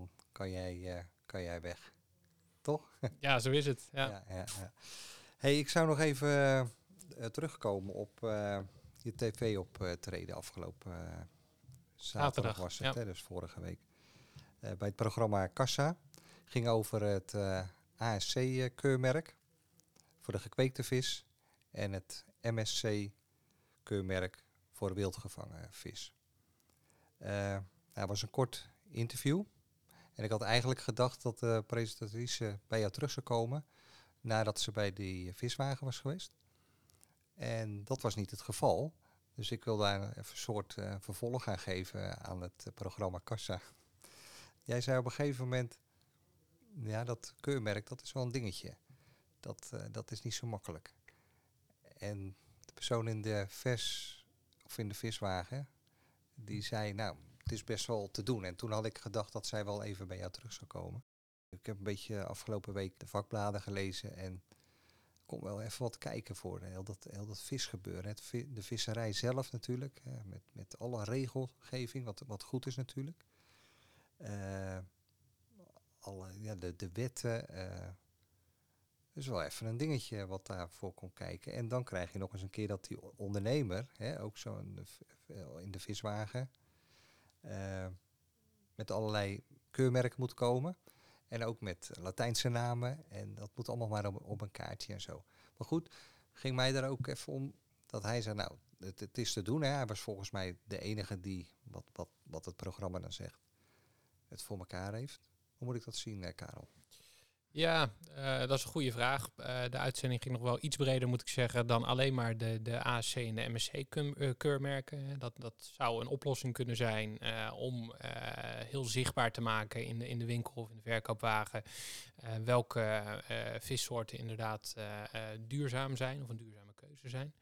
kan jij, uh, kan jij weg. Toch?
Ja, zo is het. Ja.
ja, ja, ja. Hey, ik zou nog even uh, terugkomen op uh, je tv-optreden afgelopen uh, zaterdag, zaterdag was het, ja. hè, dus vorige week. Uh, bij het programma Kassa. Ging over het uh, A S C-keurmerk voor de gekweekte vis en het M S C-keurmerk voor de wildgevangen vis. Uh, Het was een kort interview. En ik had eigenlijk gedacht dat de presentatrice bij jou terug zou komen nadat ze bij die viswagen was geweest. En dat was niet het geval. Dus ik wil daar even een soort uh, vervolg aan geven aan het uh, programma Kassa. Jij zei op een gegeven moment, ja, dat keurmerk, dat is wel een dingetje. Dat, uh, dat is niet zo makkelijk. En de persoon in de vers, of in de viswagen, die zei, nou, het is best wel te doen. En toen had ik gedacht dat zij wel even bij jou terug zou komen. Ik heb een beetje afgelopen week de vakbladen gelezen en kon wel even wat kijken voor heel dat, heel dat visgebeuren. Het vi- de visserij zelf natuurlijk, hè, met, met alle regelgeving, wat, wat goed is natuurlijk. Uh, alle, ja, de, de wetten. Uh, dus wel even een dingetje wat daarvoor kon kijken. En dan krijg je nog eens een keer dat die ondernemer, hè, ook zo in de, in de viswagen, Uh, met allerlei keurmerken moet komen. En ook met Latijnse namen. En dat moet allemaal maar op, op een kaartje en zo. Maar goed, ging mij daar ook even om dat hij zei, nou, het, het is te doen. Hè. Hij was volgens mij de enige die, wat, wat, wat het programma dan zegt, het voor elkaar heeft. Hoe moet ik dat zien, eh, Karel?
Ja, uh, dat is een goede vraag. Uh, de uitzending ging nog wel iets breder, moet ik zeggen, dan alleen maar de, de A S C en de M S C-keurmerken. Dat, dat zou een oplossing kunnen zijn uh, om uh, heel zichtbaar te maken in de, in de winkel of in de verkoopwagen uh, welke uh, vissoorten inderdaad uh, uh, duurzaam zijn of een duurzame keuze zijn.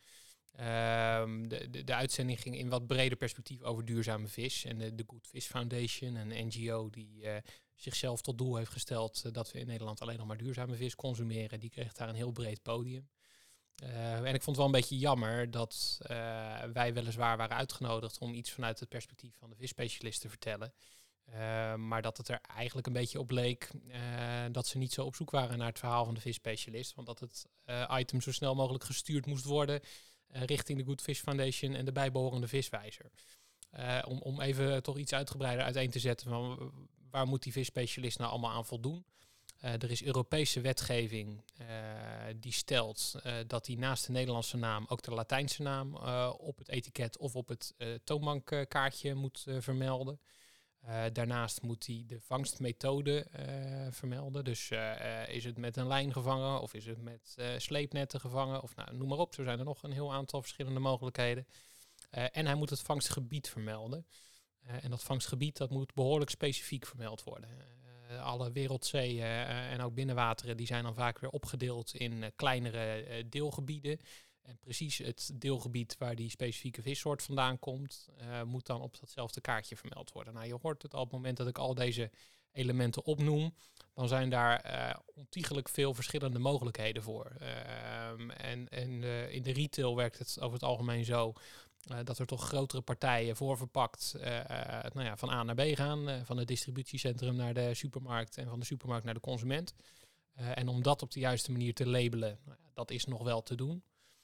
Uh, de, de, de uitzending ging in wat breder perspectief over duurzame vis. En de, de Good Fish Foundation, een N G O die uh, zichzelf tot doel heeft gesteld uh, dat we in Nederland alleen nog maar duurzame vis consumeren, die kreeg daar een heel breed podium. Uh, en ik vond het wel een beetje jammer dat uh, wij weliswaar waren uitgenodigd om iets vanuit het perspectief van de visspecialist te vertellen. Uh, maar dat het er eigenlijk een beetje op leek uh, dat ze niet zo op zoek waren naar het verhaal van de visspecialist. Want dat het uh, item zo snel mogelijk gestuurd moest worden Uh, richting de Good Fish Foundation en de bijbehorende viswijzer. Uh, om, om even toch iets uitgebreider uiteen te zetten van waar moet die visspecialist nou allemaal aan voldoen. Uh, er is Europese wetgeving uh, die stelt uh, dat hij naast de Nederlandse naam ook de Latijnse naam uh, op het etiket of op het uh, toonbankkaartje moet uh, vermelden. Uh, daarnaast moet hij de vangstmethode uh, vermelden. Dus uh, uh, is het met een lijn gevangen of is het met uh, sleepnetten gevangen? Of nou, noem maar op, zo zijn er nog een heel aantal verschillende mogelijkheden. Uh, en hij moet het vangstgebied vermelden. Uh, en dat vangstgebied dat moet behoorlijk specifiek vermeld worden. Uh, alle wereldzeeën uh, en ook binnenwateren die zijn dan vaak weer opgedeeld in uh, kleinere uh, deelgebieden. En precies het deelgebied waar die specifieke vissoort vandaan komt, uh, moet dan op datzelfde kaartje vermeld worden. Nou, je hoort het al op het moment dat ik al deze elementen opnoem, dan zijn daar uh, ontiegelijk veel verschillende mogelijkheden voor. Uh, en en uh, in de retail werkt het over het algemeen zo uh, dat er toch grotere partijen voorverpakt uh, uh, nou ja, van A naar B gaan, uh, van het distributiecentrum naar de supermarkt en van de supermarkt naar de consument. Uh, en om dat op de juiste manier te labelen, nou ja, dat is nog wel te doen.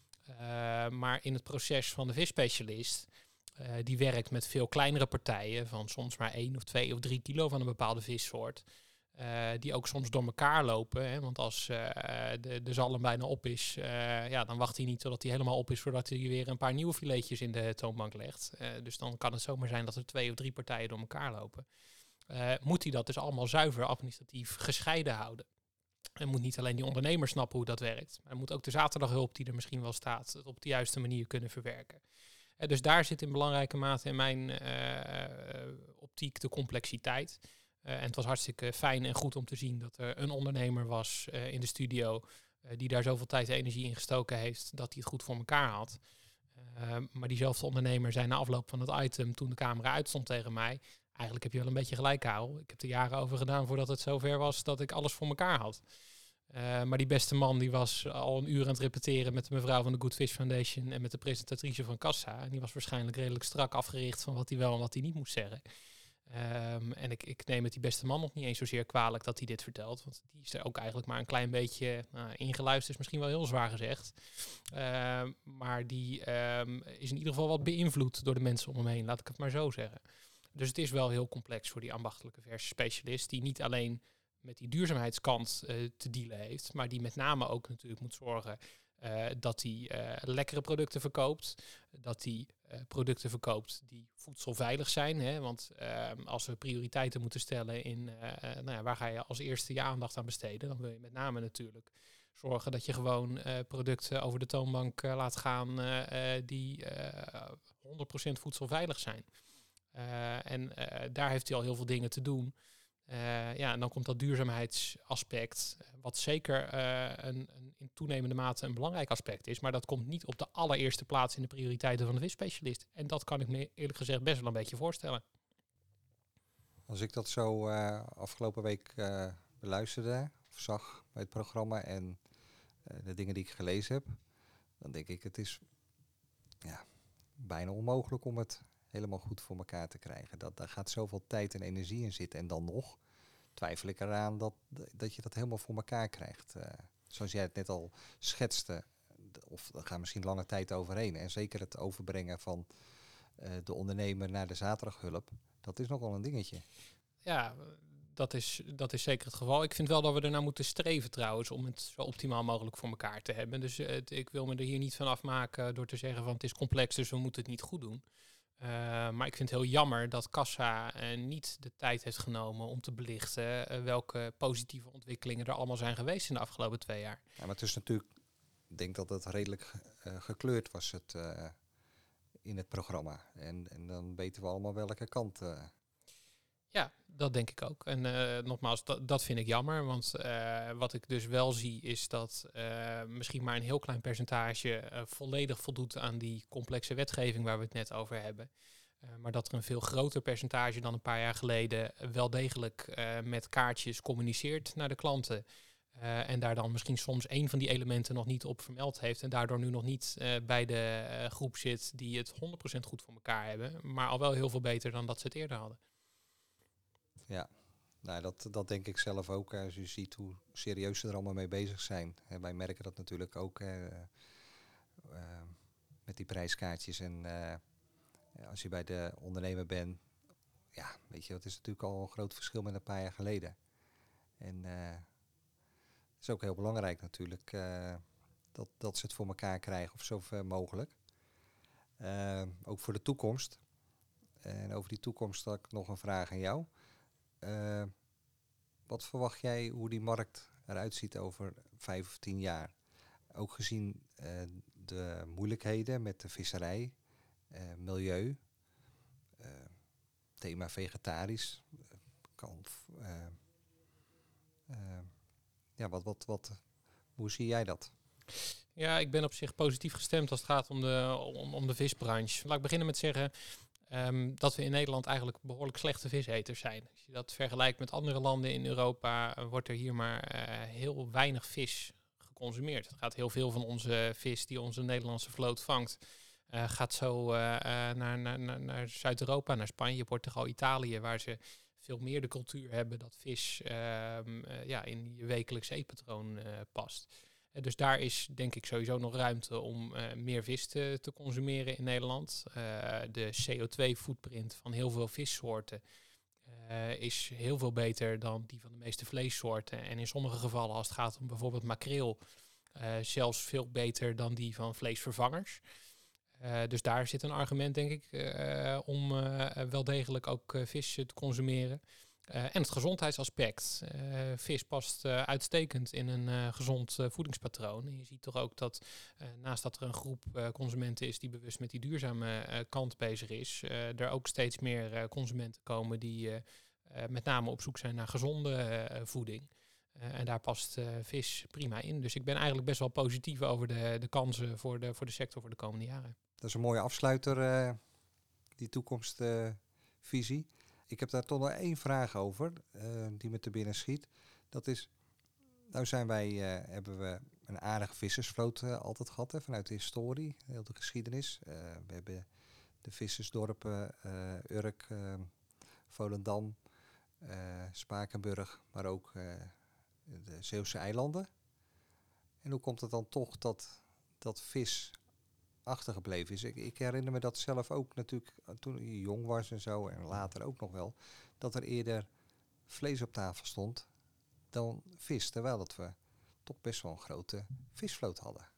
Uh, maar in het proces van de visspecialist, uh, die werkt met veel kleinere partijen van soms maar één of twee of drie kilo van een bepaalde vissoort. Uh, die ook soms door elkaar lopen. Hè? Want als uh, de, de zalm bijna op is, uh, ja, dan wacht hij niet totdat hij helemaal op is voordat hij weer een paar nieuwe filetjes in de toonbank legt. Uh, dus dan kan het zomaar zijn dat er twee of drie partijen door elkaar lopen. Uh, moet hij dat dus allemaal zuiver administratief gescheiden houden. En moet niet alleen die ondernemer snappen hoe dat werkt, maar moet ook de zaterdaghulp die er misschien wel staat het op de juiste manier kunnen verwerken. Uh, dus daar zit in belangrijke mate in mijn uh, optiek de complexiteit. Uh, en het was hartstikke fijn en goed om te zien dat er een ondernemer was uh, in de studio uh, die daar zoveel tijd en energie in gestoken heeft dat hij het goed voor elkaar had. Uh, maar diezelfde ondernemer zei na afloop van het item, toen de camera uitstond tegen mij, eigenlijk heb je wel een beetje gelijk, Karel. Ik heb er jaren over gedaan voordat het zover was dat ik alles voor elkaar had. Uh, maar die beste man die was al een uur aan het repeteren met de mevrouw van de Good Fish Foundation en met de presentatrice van Kassa. En die was waarschijnlijk redelijk strak afgericht van wat hij wel en wat hij niet moest zeggen. Um, en ik, ik neem het die beste man nog niet eens zozeer kwalijk dat hij dit vertelt. Want die is er ook eigenlijk maar een klein beetje nou, ingeluisterd, is misschien wel heel zwaar gezegd. Uh, maar die um, is in ieder geval wat beïnvloed door de mensen om hem heen, laat ik het maar zo zeggen. Dus het is wel heel complex voor die ambachtelijke versiespecialist, die niet alleen met die duurzaamheidskant uh, te dealen heeft, maar die met name ook natuurlijk moet zorgen uh, dat hij uh, lekkere producten verkoopt, dat hij uh, producten verkoopt die voedselveilig zijn. Hè? Want uh, als we prioriteiten moeten stellen in uh, uh, nou ja, waar ga je als eerste je aandacht aan besteden, dan wil je met name natuurlijk zorgen dat je gewoon uh, producten over de toonbank uh, laat gaan uh, uh, die uh, honderd procent voedselveilig zijn. Uh, en uh, daar heeft hij al heel veel dingen te doen. Uh, ja, en dan komt dat duurzaamheidsaspect, wat zeker uh, een, een in toenemende mate een belangrijk aspect is, maar dat komt niet op de allereerste plaats in de prioriteiten van de visspecialist. En dat kan ik me eerlijk gezegd best wel een beetje voorstellen.
Als ik dat zo uh, afgelopen week uh, beluisterde of zag bij het programma en uh, de dingen die ik gelezen heb, dan denk ik het is ja, bijna onmogelijk om het helemaal goed voor elkaar te krijgen. Dat, daar gaat zoveel tijd en energie in zitten. En dan nog twijfel ik eraan dat, dat je dat helemaal voor elkaar krijgt. Uh, zoals jij het net al schetste. Of er gaat misschien lange tijd overheen. En zeker het overbrengen van uh, de ondernemer naar de zaterdaghulp. Dat is nogal een dingetje.
Ja, dat is, dat is zeker het geval. Ik vind wel dat we ernaar moeten streven trouwens om het zo optimaal mogelijk voor elkaar te hebben. Dus uh, het, ik wil me er hier niet van afmaken door te zeggen van het is complex, dus we moeten het niet goed doen. Uh, maar ik vind het heel jammer dat Kassa uh, niet de tijd heeft genomen om te belichten uh, welke positieve ontwikkelingen er allemaal zijn geweest in de afgelopen twee jaar.
Ja, maar het is natuurlijk, ik denk dat het redelijk uh, gekleurd was het, uh, in het programma. En, en dan weten we allemaal welke kant. Uh.
Ja, dat denk ik ook. En uh, nogmaals, dat, dat vind ik jammer. Want uh, wat ik dus wel zie is dat uh, misschien maar een heel klein percentage uh, volledig voldoet aan die complexe wetgeving waar we het net over hebben. Uh, maar dat er een veel groter percentage dan een paar jaar geleden wel degelijk uh, met kaartjes communiceert naar de klanten. Uh, en daar dan misschien soms één van die elementen nog niet op vermeld heeft. En daardoor nu nog niet uh, bij de uh, groep zit die het honderd procent goed voor elkaar hebben. Maar al wel heel veel beter dan dat ze het eerder hadden.
Ja, nou, dat, dat denk ik zelf ook. Als je ziet hoe serieus ze er allemaal mee bezig zijn. En wij merken dat natuurlijk ook uh, uh, met die prijskaartjes. En uh, als je bij de ondernemer bent, ja, weet je, dat is natuurlijk al een groot verschil met een paar jaar geleden. En uh, het is ook heel belangrijk natuurlijk uh, dat, dat ze het voor elkaar krijgen, of zo ver mogelijk. Uh, ook voor de toekomst. En over die toekomst had ik nog een vraag aan jou. Uh, wat verwacht jij hoe die markt eruit ziet over vijf of tien jaar? Ook gezien uh, de moeilijkheden met de visserij, uh, milieu, uh, thema vegetarisch. Uh, kan, uh, uh, ja, wat, wat, wat, hoe zie jij dat?
Ja, ik ben op zich positief gestemd als het gaat om de, om, om de visbranche. Laat ik beginnen met zeggen Um, dat we in Nederland eigenlijk behoorlijk slechte viseters zijn. Als je dat vergelijkt met andere landen in Europa, uh, wordt er hier maar uh, heel weinig vis geconsumeerd. Het gaat heel veel van onze vis die onze Nederlandse vloot vangt, uh, gaat zo uh, uh, naar, naar, naar, naar Zuid-Europa, naar Spanje, Portugal, Italië, waar ze veel meer de cultuur hebben dat vis uh, uh, ja, in je wekelijks eetpatroon uh, past. Dus daar is denk ik sowieso nog ruimte om uh, meer vis te, te consumeren in Nederland. Uh, de C O twee footprint van heel veel vissoorten uh, is heel veel beter dan die van de meeste vleessoorten. En in sommige gevallen, als het gaat om bijvoorbeeld makreel, uh, zelfs veel beter dan die van vleesvervangers. Uh, dus daar zit een argument, denk ik, uh, om uh, wel degelijk ook uh, vis te consumeren. Uh, en het gezondheidsaspect. Uh, vis past uh, uitstekend in een uh, gezond uh, voedingspatroon. En je ziet toch ook dat uh, naast dat er een groep uh, consumenten is die bewust met die duurzame uh, kant bezig is, uh, er ook steeds meer uh, consumenten komen die uh, uh, met name op zoek zijn naar gezonde uh, voeding. Uh, en daar past uh, vis prima in. Dus ik ben eigenlijk best wel positief over de, de kansen voor de, voor de sector voor de komende jaren.
Dat is een mooie afsluiter, uh, die toekomstvisie. Uh, Ik heb daar toch nog één vraag over, uh, die me te binnen schiet. Dat is, nou zijn wij, uh, hebben we een aardige vissersvloot uh, altijd gehad, hè, vanuit de historie, heel de geschiedenis. Uh, we hebben de vissersdorpen, uh, Urk, uh, Volendam, uh, Spakenburg, maar ook uh, de Zeeuwse eilanden. En hoe komt het dan toch dat, dat vis achtergebleven is? Ik, ik herinner me dat zelf ook natuurlijk toen je jong was en zo, en later ook nog wel, dat er eerder vlees op tafel stond dan vis, terwijl dat we toch best wel een grote visvloot hadden.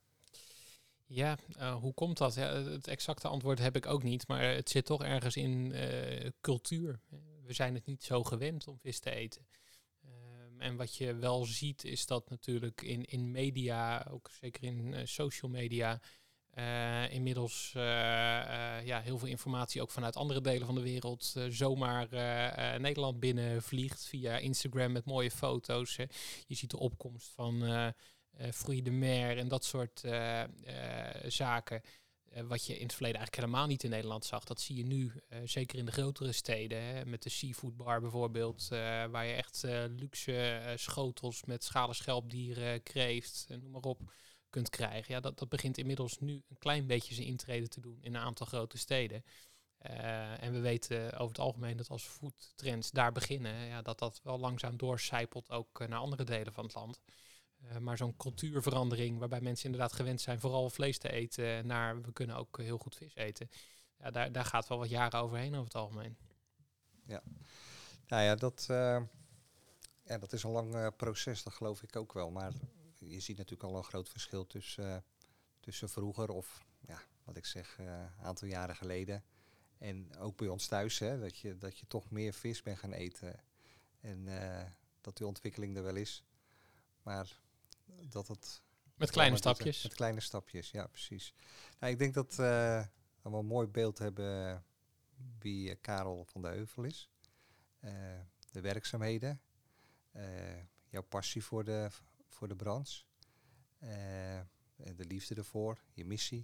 Ja, uh, hoe komt dat? Ja, het exacte antwoord heb ik ook niet, maar het zit toch ergens in uh, cultuur. We zijn het niet zo gewend om vis te eten. Um, en wat je wel ziet is dat natuurlijk in, in media, ook zeker in uh, social media, uh, inmiddels uh, uh, ja, heel veel informatie ook vanuit andere delen van de wereld uh, zomaar uh, uh, Nederland binnenvliegt via Instagram met mooie foto's. Hè. Je ziet de opkomst van Uh, Uh, Fruits de mer en dat soort uh, uh, zaken. Uh, wat je in het verleden eigenlijk helemaal niet in Nederland zag. Dat zie je nu, uh, zeker in de grotere steden. Hè, met de seafood bar bijvoorbeeld. Uh, waar je echt uh, luxe uh, schotels met schalen schelpdieren, kreeft, en noem maar op, kunt krijgen. Ja, dat, dat begint inmiddels nu een klein beetje zijn intrede te doen in een aantal grote steden. Uh, en we weten over het algemeen dat als foodtrends daar beginnen, ja, dat dat wel langzaam doorcijpelt ook uh, naar andere delen van het land. Uh, maar zo'n cultuurverandering waarbij mensen inderdaad gewend zijn vooral vlees te eten, naar we kunnen ook heel goed vis eten. Ja, daar, daar gaat wel wat jaren overheen over het algemeen.
Ja, nou ja, dat, uh, ja, dat is een lang uh, proces, dat geloof ik ook wel. Maar je ziet natuurlijk al een groot verschil tussen, uh, tussen vroeger of, ja, wat ik zeg, een uh, aantal jaren geleden. En ook bij ons thuis, hè, dat je, dat je toch meer vis bent gaan eten. En uh, dat die ontwikkeling er wel is. Maar dat het...
Met kleine stapjes.
Het, met kleine stapjes, ja, precies. Nou, ik denk dat uh, we een mooi beeld hebben wie uh, Karel van de Heuvel is. Uh, de werkzaamheden. Uh, jouw passie voor de, voor de branche. Uh, de liefde ervoor. Je missie.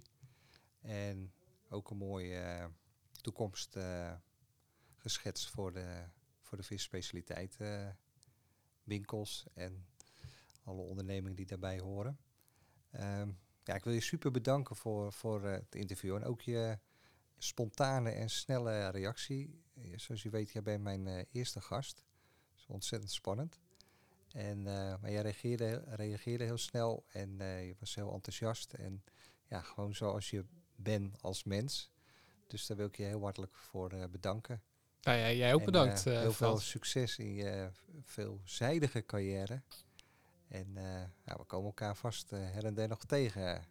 En ook een mooie uh, toekomst uh, geschetst voor de, voor de visspecialiteit uh, winkels en alle ondernemingen die daarbij horen. Um, ja, ik wil je super bedanken voor, voor uh, het interview en ook je spontane en snelle reactie. Uh, zoals je weet, jij bent mijn uh, eerste gast. Dat is ontzettend spannend. En, uh, maar jij reageerde, reageerde heel snel en uh, je was heel enthousiast. En ja, gewoon zoals je bent als mens. Dus daar wil ik je heel hartelijk voor uh, bedanken.
Nou ja, jij ook
en,
bedankt.
Uh,
uh,
heel
veel
veel succes in je veelzijdige carrière. En uh, ja, we komen elkaar vast uh, her en der nog tegen.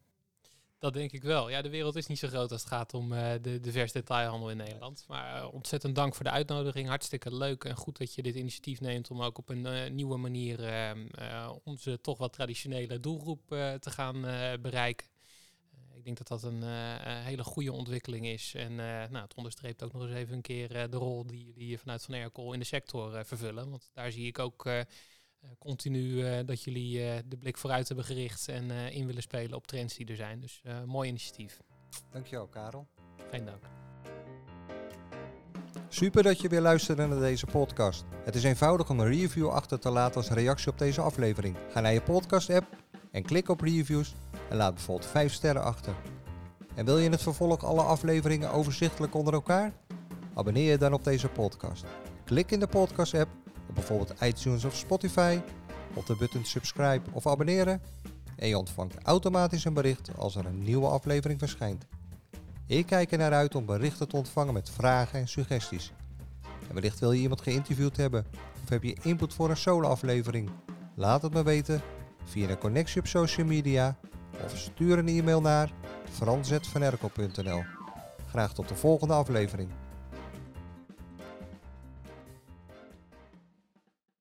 Dat denk ik wel. Ja, de wereld is niet zo groot als het gaat om uh, de, de vers detailhandel in Nederland. Maar uh, ontzettend dank voor de uitnodiging. Hartstikke leuk en goed dat je dit initiatief neemt om ook op een uh, nieuwe manier uh, uh, onze toch wat traditionele doelgroep uh, te gaan uh, bereiken. Uh, ik denk dat dat een uh, hele goede ontwikkeling is. En uh, nou, het onderstreept ook nog eens even een keer uh, de rol die jullie vanuit Van Erkel in de sector uh, vervullen. Want daar zie ik ook Uh, Uh, continu uh, dat jullie uh, de blik vooruit hebben gericht en uh, in willen spelen op trends die er zijn. Dus uh, mooi initiatief.
Dankjewel, Karel.
Geen dank.
Super dat je weer luisterde naar deze podcast. Het is eenvoudig om een review achter te laten als reactie op deze aflevering. Ga naar je podcast-app en klik op reviews en laat bijvoorbeeld vijf sterren achter. En wil je in het vervolg alle afleveringen overzichtelijk onder elkaar? Abonneer je dan op deze podcast. Klik in de podcast-app op bijvoorbeeld iTunes of Spotify, op de button subscribe of abonneren en je ontvangt automatisch een bericht als er een nieuwe aflevering verschijnt. Ik kijk er naar uit om berichten te ontvangen met vragen en suggesties. En wellicht wil je iemand geïnterviewd hebben of heb je input voor een solo-aflevering? Laat het me weten via een connectie op social media of stuur een e-mail naar frans at van erkel punt n l. Graag tot de volgende aflevering.